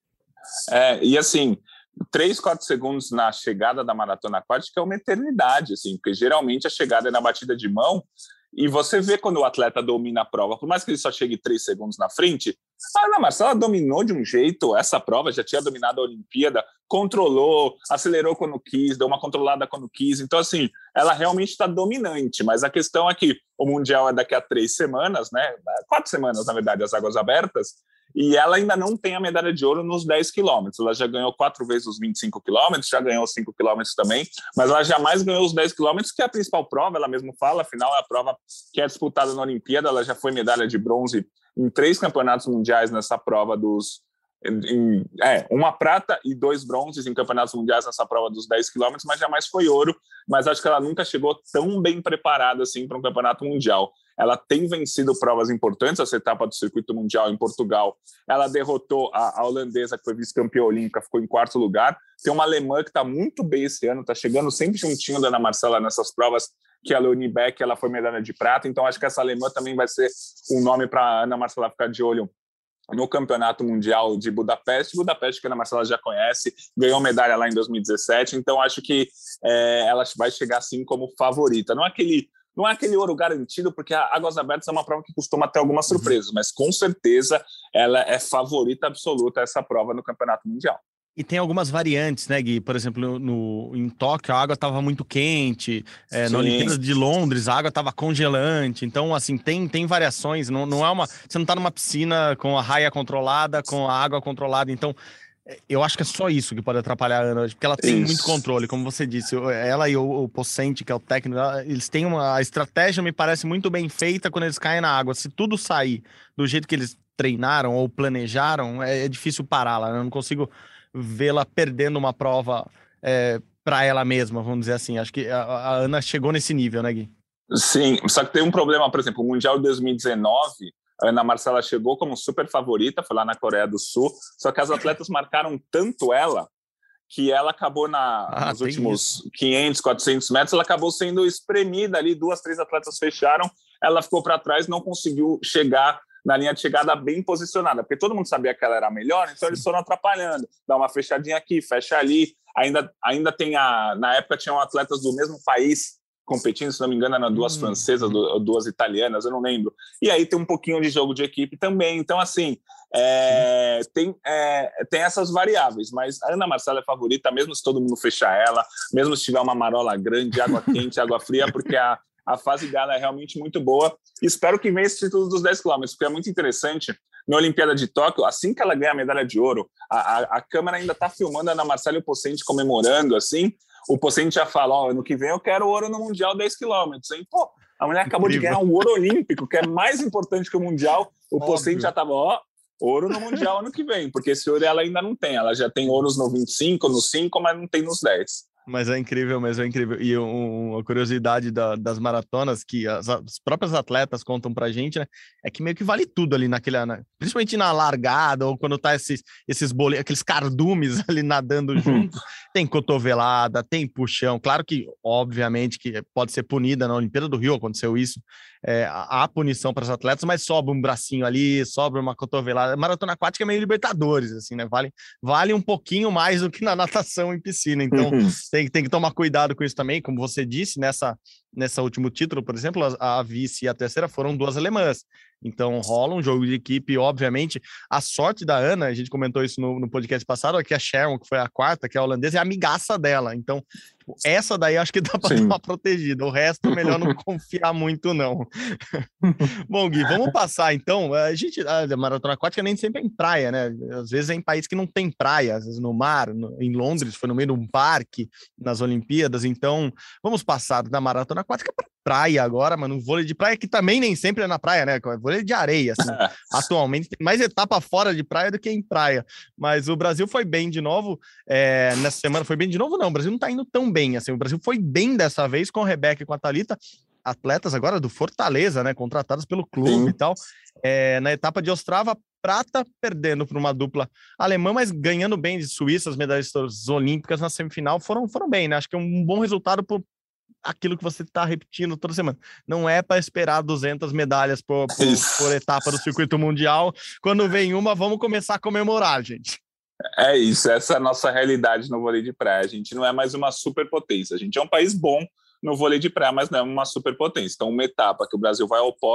E: É, e assim... três, quatro segundos na chegada da maratona aquática é uma eternidade, assim, porque geralmente a chegada é na batida de mão e você vê quando o atleta domina a prova, por mais que ele só chegue três segundos na frente, a Ana Marcela dominou de um jeito essa prova, já tinha dominado a Olimpíada, controlou, acelerou quando quis, deu uma controlada quando quis, então assim, ela realmente está dominante, mas a questão é que o Mundial é daqui a três semanas, né, quatro semanas na verdade, as águas abertas, e ela ainda não tem a medalha de ouro nos dez quilômetros. Ela já ganhou quatro vezes os vinte e cinco quilômetros, já ganhou os cinco quilômetros também, mas ela jamais ganhou os dez quilômetros, que é a principal prova, ela mesmo fala, afinal é a prova que é disputada na Olimpíada. Ela já foi medalha de bronze em três campeonatos mundiais nessa prova dos... Em, é, uma prata e dois bronzes em campeonatos mundiais nessa prova dos dez quilômetros, mas jamais foi ouro. Mas acho que ela nunca chegou tão bem preparada assim para um campeonato mundial. Ela tem vencido provas importantes, essa etapa do circuito mundial em Portugal. Ela derrotou a, a holandesa, que foi vice-campeã olímpica, ficou em quarto lugar. Tem uma alemã que está muito bem esse ano, está chegando sempre juntinho da Ana Marcela nessas provas, que é a Leonie Beck, ela foi medalha de prata. Então acho que essa alemã também vai ser um nome para a Ana Marcela ficar de olho no Campeonato Mundial de Budapeste. Budapeste, que a Ana Marcela já conhece, ganhou medalha lá em dois mil e dezessete, então acho que é, ela vai chegar assim como favorita. Não é aquele, não é aquele ouro garantido, porque a Águas Abertas é uma prova que costuma ter algumas surpresas, uhum. mas com certeza ela é favorita absoluta essa prova no Campeonato Mundial.
D: E tem algumas variantes, né, Gui? Por exemplo, no, em Tóquio a água estava muito quente, é, na Olimpíada de Londres a água estava congelante, então, assim, tem, tem variações, não, não é uma... Você não está numa piscina com a raia controlada, com a água controlada, então eu acho que é só isso que pode atrapalhar a Ana, porque ela tem isso. muito controle, como você disse, ela e o, o Pocente, que é o técnico, eles têm uma... A estratégia me parece muito bem feita quando eles caem na água. Se tudo sair do jeito que eles treinaram ou planejaram, é, é difícil pará-la, eu não consigo vê-la perdendo uma prova é, para ela mesma, vamos dizer assim. Acho que a, a Ana chegou nesse nível, né, Gui?
E: Sim, só que tem um problema, por exemplo, o Mundial de dois mil e dezenove, a Ana Marcela chegou como super favorita, foi lá na Coreia do Sul, só que as atletas marcaram tanto ela, que ela acabou na, ah, nos últimos isso. quinhentos, quatrocentos metros, ela acabou sendo espremida ali, duas, três atletas fecharam, ela ficou para trás, não conseguiu chegar na linha de chegada bem posicionada, porque todo mundo sabia que ela era melhor, então eles foram atrapalhando, dá uma fechadinha aqui, fecha ali, ainda, ainda tem a... Na época tinham atletas do mesmo país competindo, se não me engano eram duas hum. francesas, duas italianas, eu não lembro, e aí tem um pouquinho de jogo de equipe também, então assim, é, tem, é, tem essas variáveis, mas a Ana Marcela é favorita, mesmo se todo mundo fechar ela, mesmo se tiver uma marola grande, água quente, água fria, porque a A fase dela é realmente muito boa. Espero que venha esse título dos dez quilômetros, porque é muito interessante. Na Olimpíada de Tóquio, assim que ela ganha a medalha de ouro, a, a, a câmera ainda está filmando a Ana Marcela e o Pocente comemorando, assim. O Pocente já fala, ó, ano que vem eu quero ouro no Mundial dez quilômetros, hein? Pô, a mulher acabou Incrível. de ganhar um ouro olímpico, que é mais importante que o Mundial. O Pocente já estava, ó, ouro no Mundial ano que vem, porque esse ouro ela ainda não tem. Ela já tem ouros no vinte e cinco, no cinco, mas não tem nos dez.
D: Mas é incrível mesmo, é incrível. E um, uma curiosidade da, das maratonas que as, as próprias atletas contam pra gente, né? É que meio que vale tudo ali naquele, né? Principalmente na largada, ou quando tá esses, esses bole, aqueles cardumes ali nadando junto. Tem cotovelada, tem puxão. Claro que, obviamente, que pode ser punida. Na Olimpíada do Rio aconteceu isso. É, há punição para os atletas, mas sobra um bracinho ali, sobra uma cotovelada. Maratona aquática é meio Libertadores, assim, né? Vale, vale um pouquinho mais do que na natação em piscina. Então, tem, tem que tomar cuidado com isso também. Como você disse, nessa, nessa último título, por exemplo, a, a vice e a terceira foram duas alemãs. Então, rola um jogo de equipe, obviamente. A sorte da Ana, a gente comentou isso no, no podcast passado, é que a Sharon, que foi a quarta, que é a holandesa, é a amigaça dela. Então, essa daí acho que dá para dar uma protegida. O resto, melhor não confiar muito, não. Bom, Gui, vamos passar, então. A gente, a maratona aquática nem sempre é em praia, né? Às vezes é em país que não tem praia, às vezes no mar, no, em Londres, foi no meio de um parque, nas Olimpíadas. Então, vamos passar da maratona aquática para praia agora, mano, vôlei de praia que também nem sempre é na praia, né? Vôlei de areia, assim. Atualmente tem mais etapa fora de praia do que em praia, mas o Brasil foi bem de novo, é, nessa semana foi bem de novo, não, o Brasil não tá indo tão bem, assim, o Brasil foi bem dessa vez com a Rebeca e com a Thalita, atletas agora do Fortaleza, né, contratadas pelo clube Sim. e tal, é, na etapa de Ostrava, prata, perdendo para uma dupla alemã, mas ganhando bem de Suíça, as medalhistas olímpicas na semifinal foram, foram bem, né, acho que é um bom resultado por aquilo que você está repetindo toda semana. Não é para esperar duzentas medalhas por, por, por etapa do circuito mundial. Quando vem uma, vamos começar a comemorar, gente.
E: É isso, essa é a nossa realidade no vôlei de praia. A gente não é mais uma superpotência. A gente é um país bom no vôlei de praia, mas não é uma superpotência. Então, uma etapa que o Brasil vai ao pódio,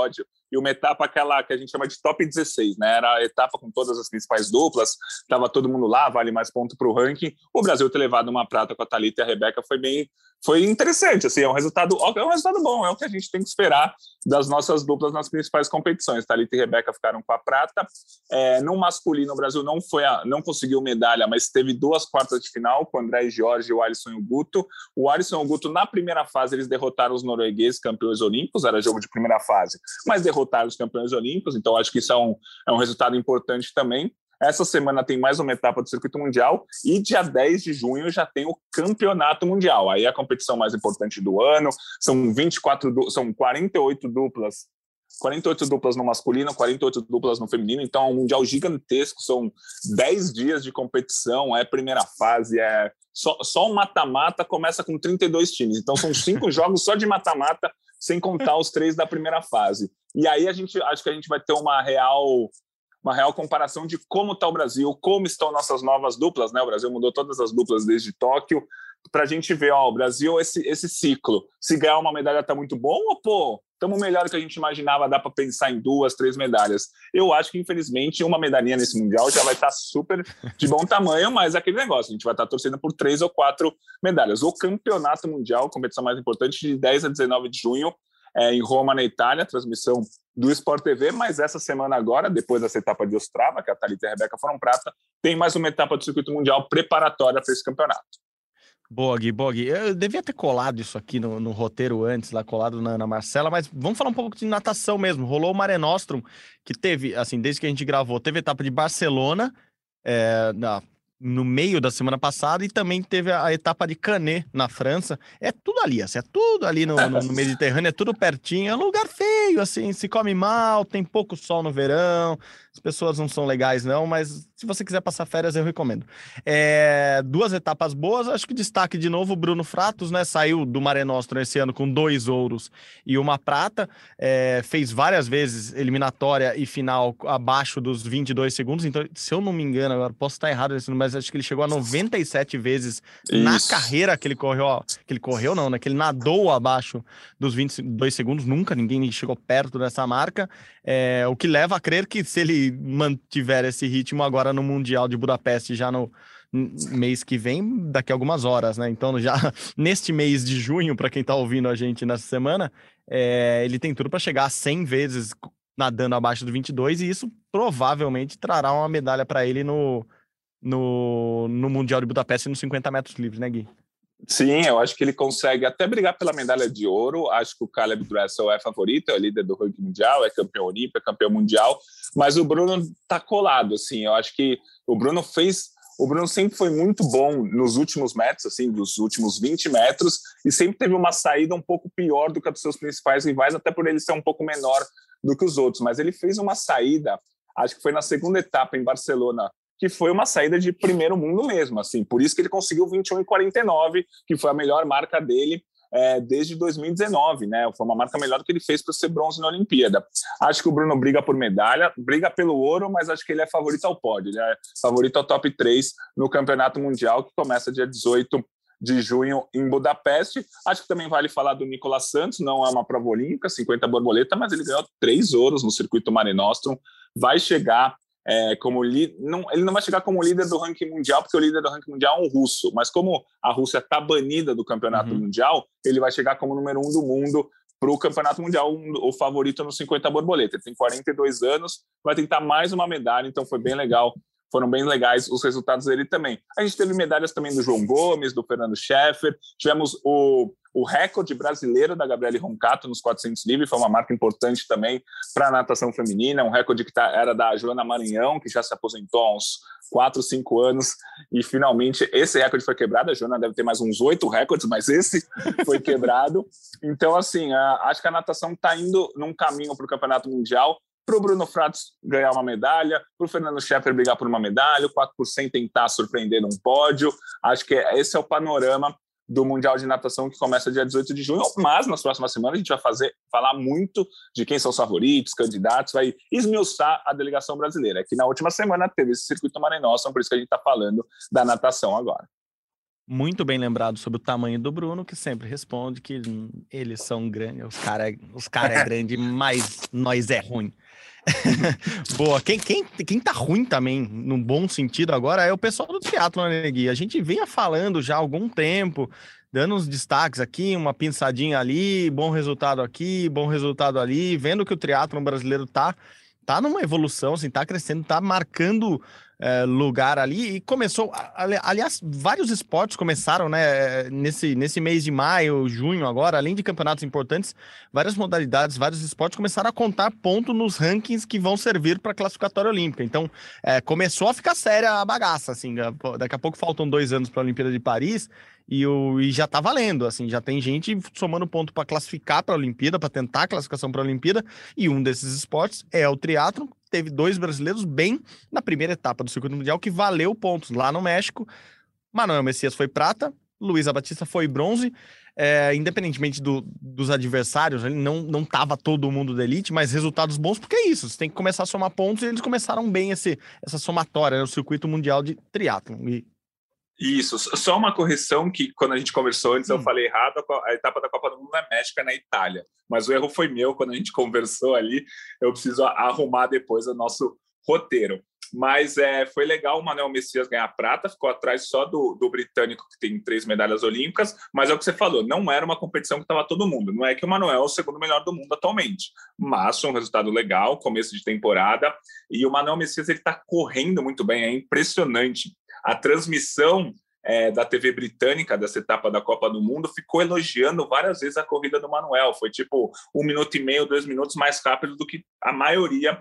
E: e uma etapa aquela que a gente chama de top dezesseis, né? Era a etapa com todas as principais duplas, estava todo mundo lá, vale mais ponto para o ranking. O Brasil ter levado uma prata com a Thalita e a Rebeca foi bem, foi interessante, assim, é um resultado, é um resultado bom, é o que a gente tem que esperar das nossas duplas nas principais competições. Thalita e Rebeca ficaram com a prata. É, no masculino, o Brasil não foi a, não conseguiu medalha, mas teve duas quartas de final com o André Jorge e o Alisson e o Guto. O Alisson e o Guto, na primeira fase, eles derrotaram os noruegueses, campeões olímpicos, era jogo de primeira fase, mas derrotaram os campeões olímpicos, então acho que isso é um, é um resultado importante também. Essa semana tem mais uma etapa do Circuito Mundial e dia dez de junho já tem o Campeonato Mundial. Aí é a competição mais importante do ano, são vinte e quatro, são quarenta e oito duplas, quarenta e oito duplas no masculino, quarenta e oito duplas no feminino, então é um mundial gigantesco, são dez dias de competição, é primeira fase, é só, só um mata-mata começa com trinta e dois times, então são cinco jogos só de mata-mata, sem contar os três da primeira fase. E aí a gente, acho que a gente vai ter uma real... uma real comparação de como está o Brasil, como estão nossas novas duplas, né? O Brasil mudou todas as duplas desde Tóquio, para a gente ver, ó, o Brasil, esse, esse ciclo, se ganhar uma medalha está muito bom ou, pô, estamos melhor do que a gente imaginava, dá para pensar em duas, três medalhas. Eu acho que, infelizmente, uma medalhinha nesse Mundial já vai estar tá super de bom tamanho, mas é aquele negócio, a gente vai estar tá torcendo por três ou quatro medalhas. O Campeonato Mundial, competição mais importante, de dez a dezenove de junho, É, em Roma, na Itália, transmissão do Sport T V, mas essa semana agora, depois dessa etapa de Ostrava, que a Thalita e a Rebeca foram prata, tem mais uma etapa do Circuito Mundial preparatória para esse campeonato.
D: Boa, Gui, boa, Gui. Eu devia ter colado isso aqui no, no roteiro antes, lá colado na Ana Marcela, mas vamos falar um pouco de natação mesmo. Rolou o Mare Nostrum, que teve, assim, desde que a gente gravou, teve etapa de Barcelona, é, na... no meio da semana passada, e também teve a etapa de Canet, na França. É tudo ali, assim, é tudo ali no, no, no Mediterrâneo, é tudo pertinho, é um lugar feio, assim, se come mal, tem pouco sol no verão, as pessoas não são legais não, mas se você quiser passar férias, eu recomendo. É, duas etapas boas, acho que destaque de novo o Bruno Fratos, né, saiu do Mare Nostrum esse ano com dois ouros e uma prata, é, fez várias vezes eliminatória e final abaixo dos vinte e dois segundos, então, se eu não me engano, agora posso estar errado nesse número, mas acho que ele chegou a noventa e sete vezes Isso. na carreira que ele correu, ó, que ele correu não, né, que ele nadou abaixo dos vinte e dois segundos, nunca ninguém chegou perto dessa marca, é, o que leva a crer que se ele mantiver esse ritmo agora no Mundial de Budapeste, já no mês que vem, daqui a algumas horas, né, então já neste mês de junho, para quem tá ouvindo a gente nessa semana, é, ele tem tudo para chegar a cem vezes nadando abaixo do vinte e dois, e isso provavelmente trará uma medalha para ele no No, no Mundial de Budapeste nos cinquenta metros livres, né, Gui?
E: Sim, eu acho que ele consegue até brigar pela medalha de ouro. Acho que o Caleb Dressel é favorito, é líder do ranking mundial, é campeão olímpico, é campeão mundial, mas o Bruno tá colado, assim, eu acho que o Bruno fez... O Bruno sempre foi muito bom nos últimos metros, assim, dos últimos vinte metros, e sempre teve uma saída um pouco pior do que a dos seus principais rivais, até por ele ser um pouco menor do que os outros, mas ele fez uma saída, acho que foi na segunda etapa em Barcelona, que foi uma saída de primeiro mundo mesmo, assim, por isso que ele conseguiu vinte e um e quarenta e nove, que foi a melhor marca dele é, desde dois mil e dezenove, né? Foi uma marca melhor do que ele fez para ser bronze na Olimpíada. Acho que o Bruno briga por medalha, briga pelo ouro, mas acho que ele é favorito ao pódio, ele é favorito ao top três no Campeonato Mundial, que começa dia dezoito de junho em Budapeste. Acho que também vale falar do Nicolas Santos, não é uma prova olímpica, cinquenta borboleta, mas ele ganhou três ouros no circuito Mare Nostrum, vai chegar É, como li... não, ele não vai chegar como líder do ranking mundial, porque o líder do ranking mundial é um russo, mas como a Rússia está banida do campeonato uhum. mundial, ele vai chegar como número um do mundo para o campeonato mundial, um, o favorito no cinquenta borboleta. Ele tem quarenta e dois anos, vai tentar mais uma medalha, então foi bem legal, foram bem legais os resultados dele também. A gente teve medalhas também do João Gomes, do Fernando Scheffer, tivemos o O recorde brasileiro da Gabriele Roncato nos quatrocentos livre, foi uma marca importante também para a natação feminina, um recorde que tá, era da Joana Maranhão, que já se aposentou há uns quatro, cinco anos, e finalmente esse recorde foi quebrado. A Joana deve ter mais uns oito recordes, mas esse foi quebrado. Então, assim, a, acho que a natação está indo num caminho para o Campeonato Mundial, para o Bruno Fratos ganhar uma medalha, para o Fernando Scheffer brigar por uma medalha, o quatro por cento tentar surpreender num pódio. Acho que esse é o panorama do Mundial de Natação, que começa dia dezoito de junho, mas nas próximas semanas a gente vai fazer, falar muito de quem são os favoritos, candidatos, vai esmiuçar a delegação brasileira, que na última semana teve esse circuito Mare Nostrum, por isso que a gente está falando da natação agora.
D: Muito bem lembrado sobre o tamanho do Bruno, que sempre responde que eles são grandes, os caras os cara é grande, mas nós é ruim. Boa, quem, quem, quem tá ruim também, num bom sentido agora, é o pessoal do triatlon, né, Gui? A gente vinha falando já há algum tempo, dando uns destaques aqui, uma pinçadinha ali, bom resultado aqui, bom resultado ali, vendo que o triatlon brasileiro tá, tá numa evolução, assim, tá crescendo, tá marcando é, lugar ali, e começou, ali, aliás, vários esportes começaram, né, nesse, nesse mês de maio, junho agora, além de campeonatos importantes, várias modalidades, vários esportes começaram a contar ponto nos rankings que vão servir para a classificatória olímpica. Então, é, começou a ficar séria a bagaça, assim, daqui a pouco faltam dois anos para a Olimpíada de Paris, e, o, e já tá valendo, assim, já tem gente somando ponto para classificar para a Olimpíada, para tentar a classificação para a Olimpíada, e um desses esportes é o triatlon. Teve dois brasileiros bem na primeira etapa do circuito mundial que valeu pontos lá no México. Manuel Messias foi prata, Luísa Batista foi bronze. É, independentemente do, dos adversários, não, não tava todo mundo da elite, mas resultados bons, porque é isso, você tem que começar a somar pontos, e eles começaram bem esse, essa somatória, né, no circuito mundial de triatlon. E...
E: Isso, só uma correção que quando a gente conversou antes hum. eu falei errado, a etapa da Copa do Mundo é México, é na Itália, mas o erro foi meu quando a gente conversou ali, eu preciso arrumar depois o nosso roteiro. Mas é, foi legal o Manuel Messias ganhar prata, ficou atrás só do, do britânico, que tem três medalhas olímpicas, mas é o que você falou, não era uma competição que estava todo mundo, não é que o Manuel é o segundo melhor do mundo atualmente, mas foi um resultado legal, começo de temporada, e o Manuel Messias está correndo muito bem, é impressionante. A transmissão é, da T V britânica dessa etapa da Copa do Mundo ficou elogiando várias vezes a corrida do Manuel, foi tipo um minuto e meio, dois minutos mais rápido do que a maioria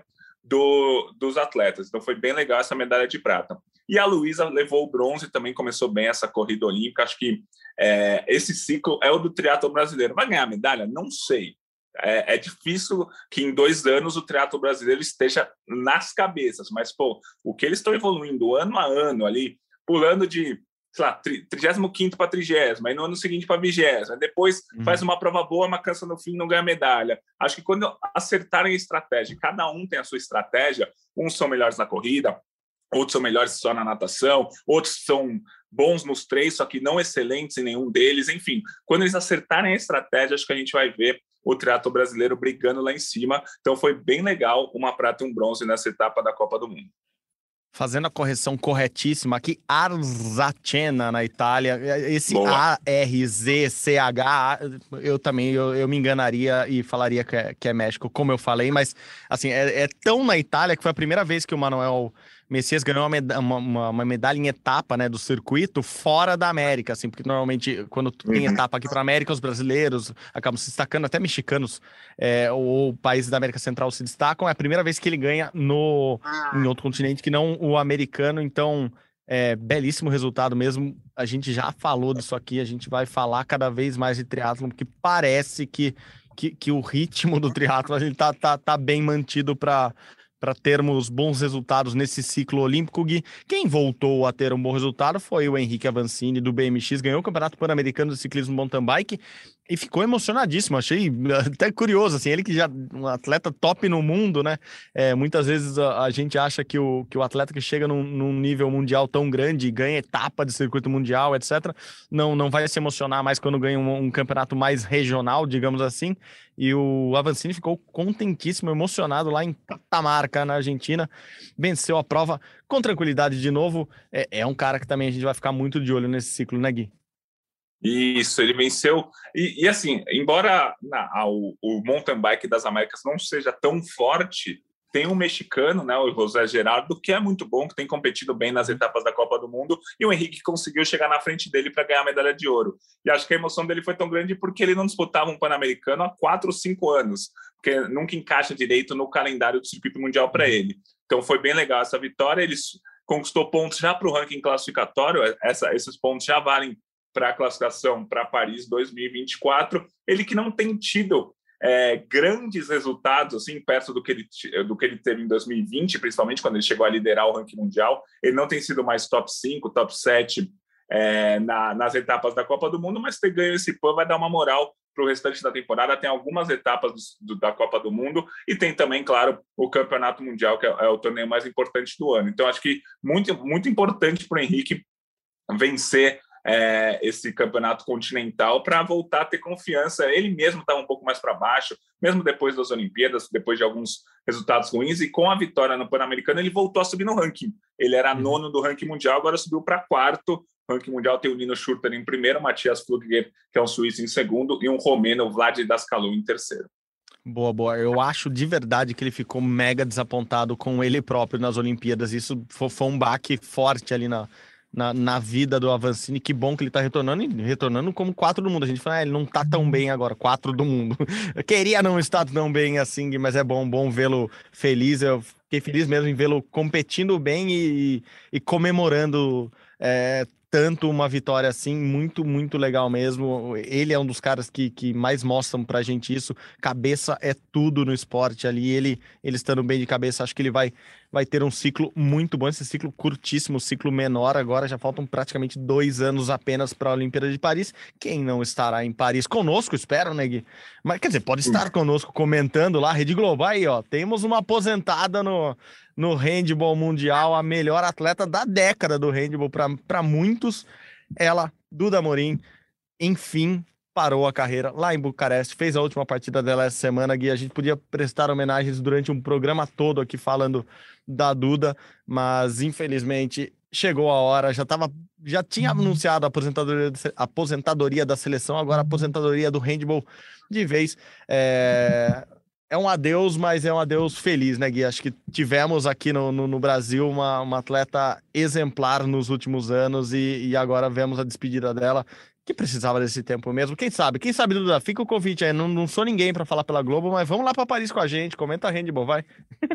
E: Do, dos atletas, então foi bem legal essa medalha de prata. E a Luísa levou o bronze, também começou bem essa corrida olímpica, acho que é, esse ciclo é o do triatlo brasileiro. Vai ganhar medalha? Não sei. É, é difícil que em dois anos o triatlo brasileiro esteja nas cabeças, mas pô, o que eles estão evoluindo ano a ano ali, pulando de sei lá, trigésimo quinto para trigésimo, aí no ano seguinte para vigésimo, depois uhum. faz uma prova boa, mas cansa no fim e não ganha medalha. Acho que quando acertarem a estratégia, cada um tem a sua estratégia, uns são melhores na corrida, outros são melhores só na natação, outros são bons nos três, só que não excelentes em nenhum deles, enfim, quando eles acertarem a estratégia, acho que a gente vai ver o triatlo brasileiro brigando lá em cima, então foi bem legal uma prata e um bronze nessa etapa da Copa do Mundo.
D: Fazendo a correção corretíssima aqui, Arzachena, na Itália. Esse A R Z C H, eu também eu, eu me enganaria e falaria que é, que é México, como eu falei, mas assim, é, é tão na Itália que foi a primeira vez que o Manuel Messias ganhou uma, meda uma, uma medalha em etapa, né, do circuito fora da América, assim, porque normalmente quando tem etapa aqui para a América, os brasileiros acabam se destacando, até mexicanos é, ou países da América Central se destacam, é a primeira vez que ele ganha no, em outro continente que não o americano, então é belíssimo resultado mesmo, a gente já falou disso aqui, a gente vai falar cada vez mais de triatlon, porque parece que, que, que o ritmo do triatlon ele tá, tá, tá bem mantido para para termos bons resultados nesse ciclo olímpico, Gui. Quem voltou a ter um bom resultado foi o Henrique Avancini, do B M X, ganhou o Campeonato Pan-Americano de Ciclismo Mountain Bike e ficou emocionadíssimo, achei até curioso, assim, ele que já é um atleta top no mundo, né, é, muitas vezes a, a gente acha que o, que o atleta que chega num, num nível mundial tão grande, ganha etapa de circuito mundial, etcétera, não, não vai se emocionar mais quando ganha um, um campeonato mais regional, digamos assim, e o Avancini ficou contentíssimo, emocionado lá em Catamarca, na Argentina, venceu a prova com tranquilidade de novo, é, é um cara que também a gente vai ficar muito de olho nesse ciclo, né, Gui?
E: Isso, ele venceu, e, e assim, embora na, a, o, o mountain bike das Américas não seja tão forte, tem um mexicano, né, o José Gerardo, que é muito bom, que tem competido bem nas etapas da Copa do Mundo, e o Henrique conseguiu chegar na frente dele para ganhar a medalha de ouro. E acho que a emoção dele foi tão grande porque ele não disputava um Pan-Americano há quatro ou cinco anos, porque nunca encaixa direito no calendário do circuito mundial para ele. Então foi bem legal essa vitória, ele conquistou pontos já para o ranking classificatório, essa, esses pontos já valem para a classificação para Paris dois mil e vinte e quatro, ele que não tem tido é, grandes resultados, assim, perto do que, ele, do que ele teve em dois mil e vinte, principalmente quando ele chegou a liderar o ranking mundial, ele não tem sido mais top cinco, top sete é, na, nas etapas da Copa do Mundo, mas ter ganho esse P A N vai dar uma moral para o restante da temporada, tem algumas etapas do, do, da Copa do Mundo e tem também, claro, o Campeonato Mundial, que é, é o torneio mais importante do ano. Então, acho que muito, muito importante para o Henrique vencer é, esse campeonato continental para voltar a ter confiança. Ele mesmo estava um pouco mais para baixo, mesmo depois das Olimpíadas, depois de alguns resultados ruins, e com a vitória no Pan-Americano ele voltou a subir no ranking. Ele era nono do ranking mundial, agora subiu para quarto. O ranking mundial tem o Nino Schurter em primeiro, Matthias Flugger, que é um suíço, em segundo, e um romeno, Vlad Dascalu, em terceiro.
D: Boa, boa. Eu acho de verdade que ele ficou mega desapontado com ele próprio nas Olimpíadas. Isso foi, foi um baque forte ali na, na, na vida do Avancini. Que bom que ele tá retornando e retornando como quatro do mundo. A gente fala, ah, ele não tá tão bem agora, quatro do mundo. Eu queria não estar tão bem assim, mas é bom, bom vê-lo feliz. Eu fiquei feliz mesmo em vê-lo competindo bem e, e comemorando é, tanto uma vitória assim, muito, muito legal mesmo. Ele é um dos caras que, que mais mostram pra gente isso. Cabeça é tudo no esporte ali. Ele, ele estando bem de cabeça, acho que ele vai, vai ter um ciclo muito bom. Esse ciclo curtíssimo, ciclo menor agora. Já faltam praticamente dois anos apenas para a Olimpíada de Paris. Quem não estará em Paris? Conosco, espero, né, Gui? Mas, quer dizer, pode estar conosco comentando lá. Rede Globo, aí, ó. Temos uma aposentada no... no handball mundial, a melhor atleta da década do handball para muitos, ela, Duda Amorim, enfim, parou a carreira lá em Bucareste, fez a última partida dela essa semana, Gui. A gente podia prestar homenagens durante um programa todo aqui falando da Duda, mas infelizmente chegou a hora, já tava, já tinha anunciado a aposentadoria, a aposentadoria da seleção, agora a aposentadoria do handball de vez. É... É um adeus, mas é um adeus feliz, né, Gui? Acho que tivemos aqui no, no, no Brasil uma, uma atleta exemplar nos últimos anos e, e agora vemos a despedida dela, que precisava desse tempo mesmo. Quem sabe? Quem sabe, Duda? Fica o convite aí. Não, não sou ninguém para falar pela Globo, mas vamos lá para Paris com a gente. Comenta a handball, vai.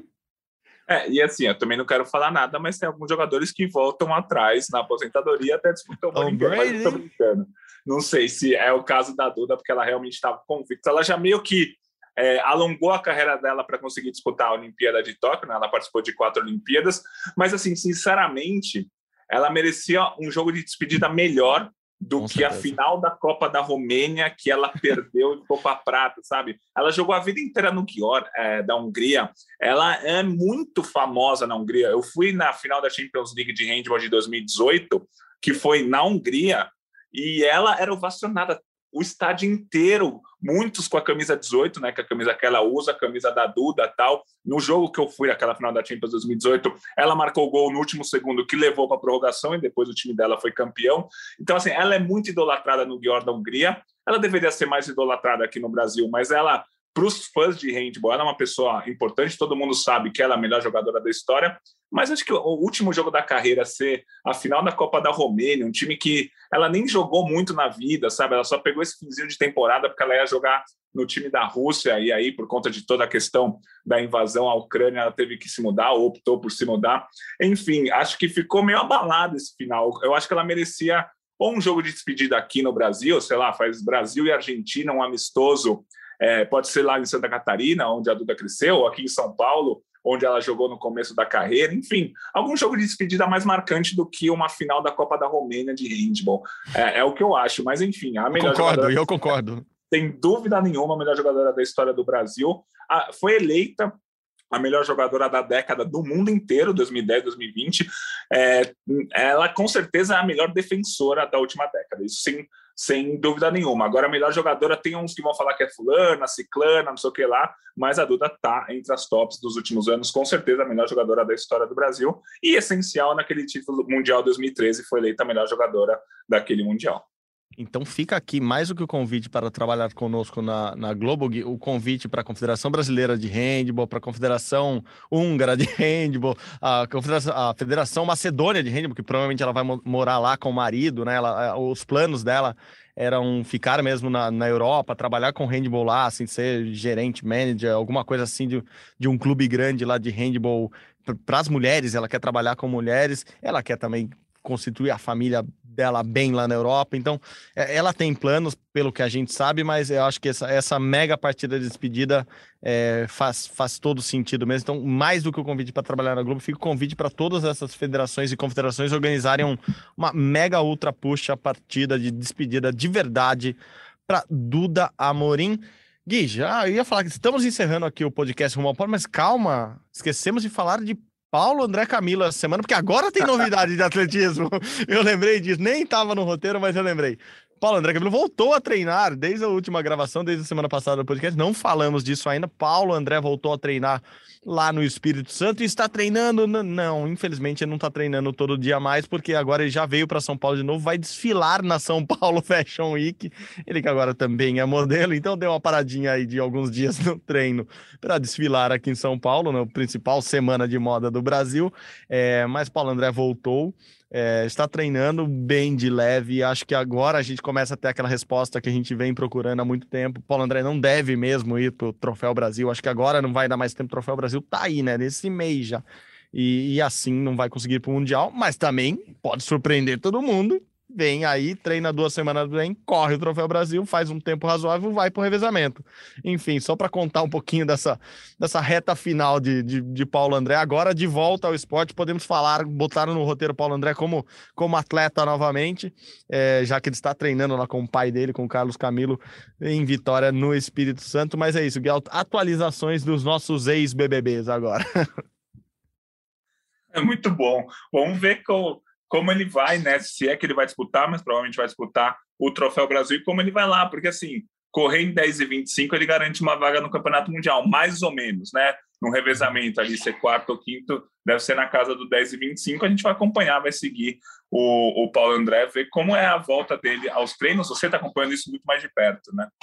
E: É, e assim, eu também não quero falar nada, mas tem alguns jogadores que voltam atrás na aposentadoria até disputar o Olimpíada, mas eu tô brincando. Não sei se é o caso da Duda, porque ela realmente estava convicta. Ela já meio que É, alongou a carreira dela para conseguir disputar a Olimpíada de Tóquio, né? Ela participou de quatro Olimpíadas, mas assim, sinceramente, ela merecia um jogo de despedida melhor do Com que certeza. A final da Copa da Romênia, que ela perdeu e ficou para prata, sabe? Ela jogou a vida inteira no Győr, é, da Hungria. Ela é muito famosa na Hungria. Eu fui na final da Champions League de handball de dois mil e dezoito, que foi na Hungria, e ela era ovacionada o estádio inteiro, muitos com a camisa dezoito, né, que é a camisa que ela usa, a camisa da Duda e tal. No jogo que eu fui, aquela final da Champions dois mil e dezoito, ela marcou o gol no último segundo, que levou para a prorrogação, e depois o time dela foi campeão. Então, assim, ela é muito idolatrada no Győr da Hungria. Ela deveria ser mais idolatrada aqui no Brasil, mas ela, para os fãs de handball, ela é uma pessoa importante, todo mundo sabe que ela é a melhor jogadora da história, mas acho que o último jogo da carreira ser a final da Copa da Romênia, um time que ela nem jogou muito na vida, sabe? Ela só pegou esse finzinho de temporada porque ela ia jogar no time da Rússia, e aí, por conta de toda a questão da invasão à Ucrânia, ela teve que se mudar, ou optou por se mudar. Enfim, acho que ficou meio abalado esse final. Eu acho que ela merecia ou um jogo de despedida aqui no Brasil, sei lá, faz Brasil e Argentina, um amistoso, é, pode ser lá em Santa Catarina, onde a Duda cresceu, ou aqui em São Paulo, onde ela jogou no começo da carreira, enfim, algum jogo de despedida mais marcante do que uma final da Copa da Romênia de handball. É, é o que eu acho, mas enfim, a melhor
D: eu concordo,
E: jogadora,
D: eu concordo.
E: Sem dúvida nenhuma, a melhor jogadora da história do Brasil. A, foi eleita a melhor jogadora da década do mundo inteiro, dois mil e dez, dois mil e vinte. É, ela, com certeza, é a melhor defensora da última década, isso sim, sem dúvida nenhuma. Agora, a melhor jogadora, tem uns que vão falar que é fulana, ciclana, não sei o que lá, mas a Duda está entre as tops dos últimos anos, com certeza a melhor jogadora da história do Brasil, e essencial naquele título mundial dois mil e treze, foi eleita a melhor jogadora daquele mundial.
D: Então fica aqui mais do que o convite para trabalhar conosco na, na Globo, o convite para a Confederação Brasileira de Handball, para a Confederação Húngara de Handball, a, Confederação, a Federação Macedônia de Handball, que provavelmente ela vai morar lá com o marido, né? Ela, os planos dela eram ficar mesmo na, na Europa, trabalhar com handball lá, assim, ser gerente, manager, alguma coisa assim de, de um clube grande lá de handball para as mulheres. Ela quer trabalhar com mulheres, ela quer também constituir a família dela bem lá na Europa, então ela tem planos, pelo que a gente sabe, mas eu acho que essa, essa mega partida de despedida é, faz, faz todo sentido mesmo. Então, mais do que o convite para trabalhar na Globo, fica o convite para todas essas federações e confederações organizarem um, uma mega ultra puxa partida de despedida de verdade para Duda Amorim. Gui, já eu ia falar que estamos encerrando aqui o podcast Rumo ao Pódio, mas calma, esquecemos de falar de Paulo André Camilo essa semana, porque agora tem novidade de atletismo. Eu lembrei disso, nem estava no roteiro, mas eu lembrei. Paulo André Camilo voltou a treinar desde a última gravação, desde a semana passada do podcast. Não falamos disso ainda. Paulo André voltou a treinar lá no Espírito Santo e está treinando. Não, infelizmente ele não está treinando todo dia mais, porque agora ele já veio para São Paulo de novo, vai desfilar na São Paulo Fashion Week. Ele que agora também é modelo, então deu uma paradinha aí de alguns dias no treino para desfilar aqui em São Paulo, na principal semana de moda do Brasil. É, mas Paulo André voltou. É, está treinando bem de leve e acho que agora a gente começa a ter aquela resposta que a gente vem procurando há muito tempo. Paulo André não deve mesmo ir para o Troféu Brasil, acho que agora não vai dar mais tempo. O Troféu Brasil tá aí, né, nesse mês já, e, e assim não vai conseguir ir para o Mundial, mas também pode surpreender todo mundo. Vem aí, treina duas semanas bem, corre o Troféu Brasil, faz um tempo razoável, vai para o revezamento. Enfim, só para contar um pouquinho dessa, dessa reta final de, de, de Paulo André. Agora, de volta ao esporte, podemos falar, botar no roteiro Paulo André como, como atleta novamente, é, já que ele está treinando lá com o pai dele, com o Carlos Camilo, em Vitória, no Espírito Santo. Mas é isso, Gui, atualizações dos nossos ex-B B Bs agora.
E: É muito bom. Vamos ver como... como ele vai, né? Se é que ele vai disputar, mas provavelmente vai disputar o Troféu Brasil, e como ele vai lá, porque assim, correr em dez e vinte e cinco, ele garante uma vaga no Campeonato Mundial, mais ou menos, né? No revezamento ali, ser quarto ou quinto, deve ser na casa do dez e vinte e cinco, a gente vai acompanhar, vai seguir o, o Paulo André, ver como é a volta dele aos treinos. Você está acompanhando isso muito mais de perto, né?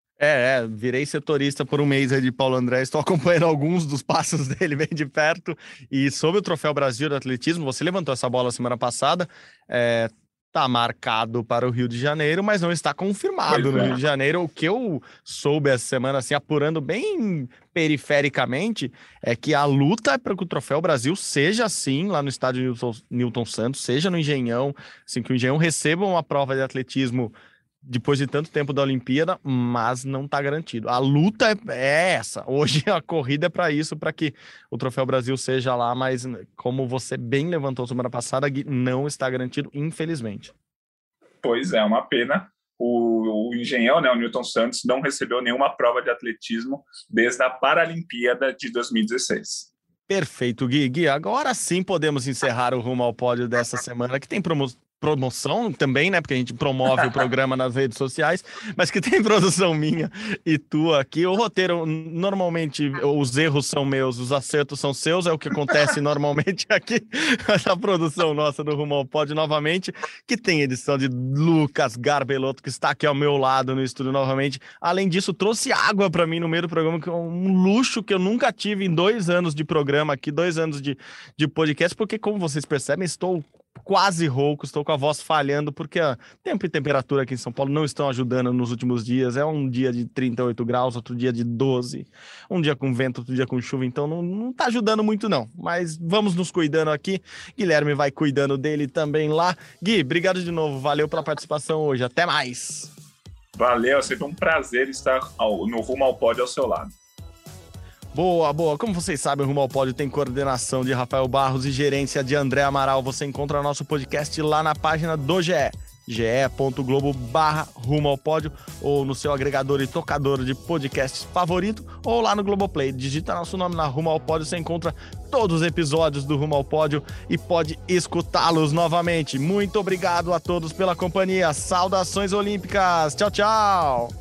D: É, é, virei setorista por um mês aí de Paulo André, estou acompanhando alguns dos passos dele bem de perto. E sobre o Troféu Brasil de Atletismo, você levantou essa bola semana passada, é, tá marcado para o Rio de Janeiro, mas não está confirmado pois no é. Rio de Janeiro. O que eu soube essa semana, assim, apurando bem perifericamente, é que a luta é para que o Troféu Brasil seja assim, lá no estádio Newton, Newton Santos, seja no Engenhão, assim, que o Engenhão receba uma prova de atletismo depois de tanto tempo da Olimpíada, mas não está garantido. A luta é, é essa. Hoje a corrida é para isso, para que o Troféu Brasil seja lá, mas como você bem levantou semana passada, não está garantido, infelizmente.
E: Pois é, uma pena. O, o Engenhão, né, o Newton Santos, não recebeu nenhuma prova de atletismo desde a Paralimpíada de dois mil e dezesseis.
D: Perfeito, Gui. Gui, agora sim podemos encerrar o Rumo ao Pódio dessa semana, que tem promoção. promoção também, né, porque a gente promove o programa nas redes sociais, mas que tem produção minha e tua aqui. O roteiro, normalmente, os erros são meus, os acertos são seus, é o que acontece normalmente aqui, essa produção nossa do Rumo ao Pódio, novamente, que tem edição de Lucas Garbelotto, que está aqui ao meu lado no estúdio novamente. Além disso, trouxe água para mim no meio do programa, que é um luxo que eu nunca tive em dois anos de programa aqui, dois anos de, de podcast, porque, como vocês percebem, estou quase rouco, estou com a voz falhando, porque a tempo e temperatura aqui em São Paulo não estão ajudando nos últimos dias. É um dia de trinta e oito graus, outro dia de doze, um dia com vento, outro dia com chuva, então não, não tá ajudando muito não, mas vamos nos cuidando aqui. Guilherme vai cuidando dele também lá. Gui, obrigado de novo, valeu pela participação hoje, até mais.
E: Valeu, é sempre um prazer estar ao, no Rumo ao Pódio ao seu lado.
D: Boa, boa. Como vocês sabem, o Rumo ao Pódio tem coordenação de Rafael Barros e gerência de André Amaral. Você encontra nosso podcast lá na página do G E, ge.globo barra Rumo ao Pódio, ou no seu agregador e tocador de podcasts favorito, ou lá no Globoplay. Digita nosso nome na Rumo ao Pódio, você encontra todos os episódios do Rumo ao Pódio e pode escutá-los novamente. Muito obrigado a todos pela companhia. Saudações olímpicas. Tchau, tchau.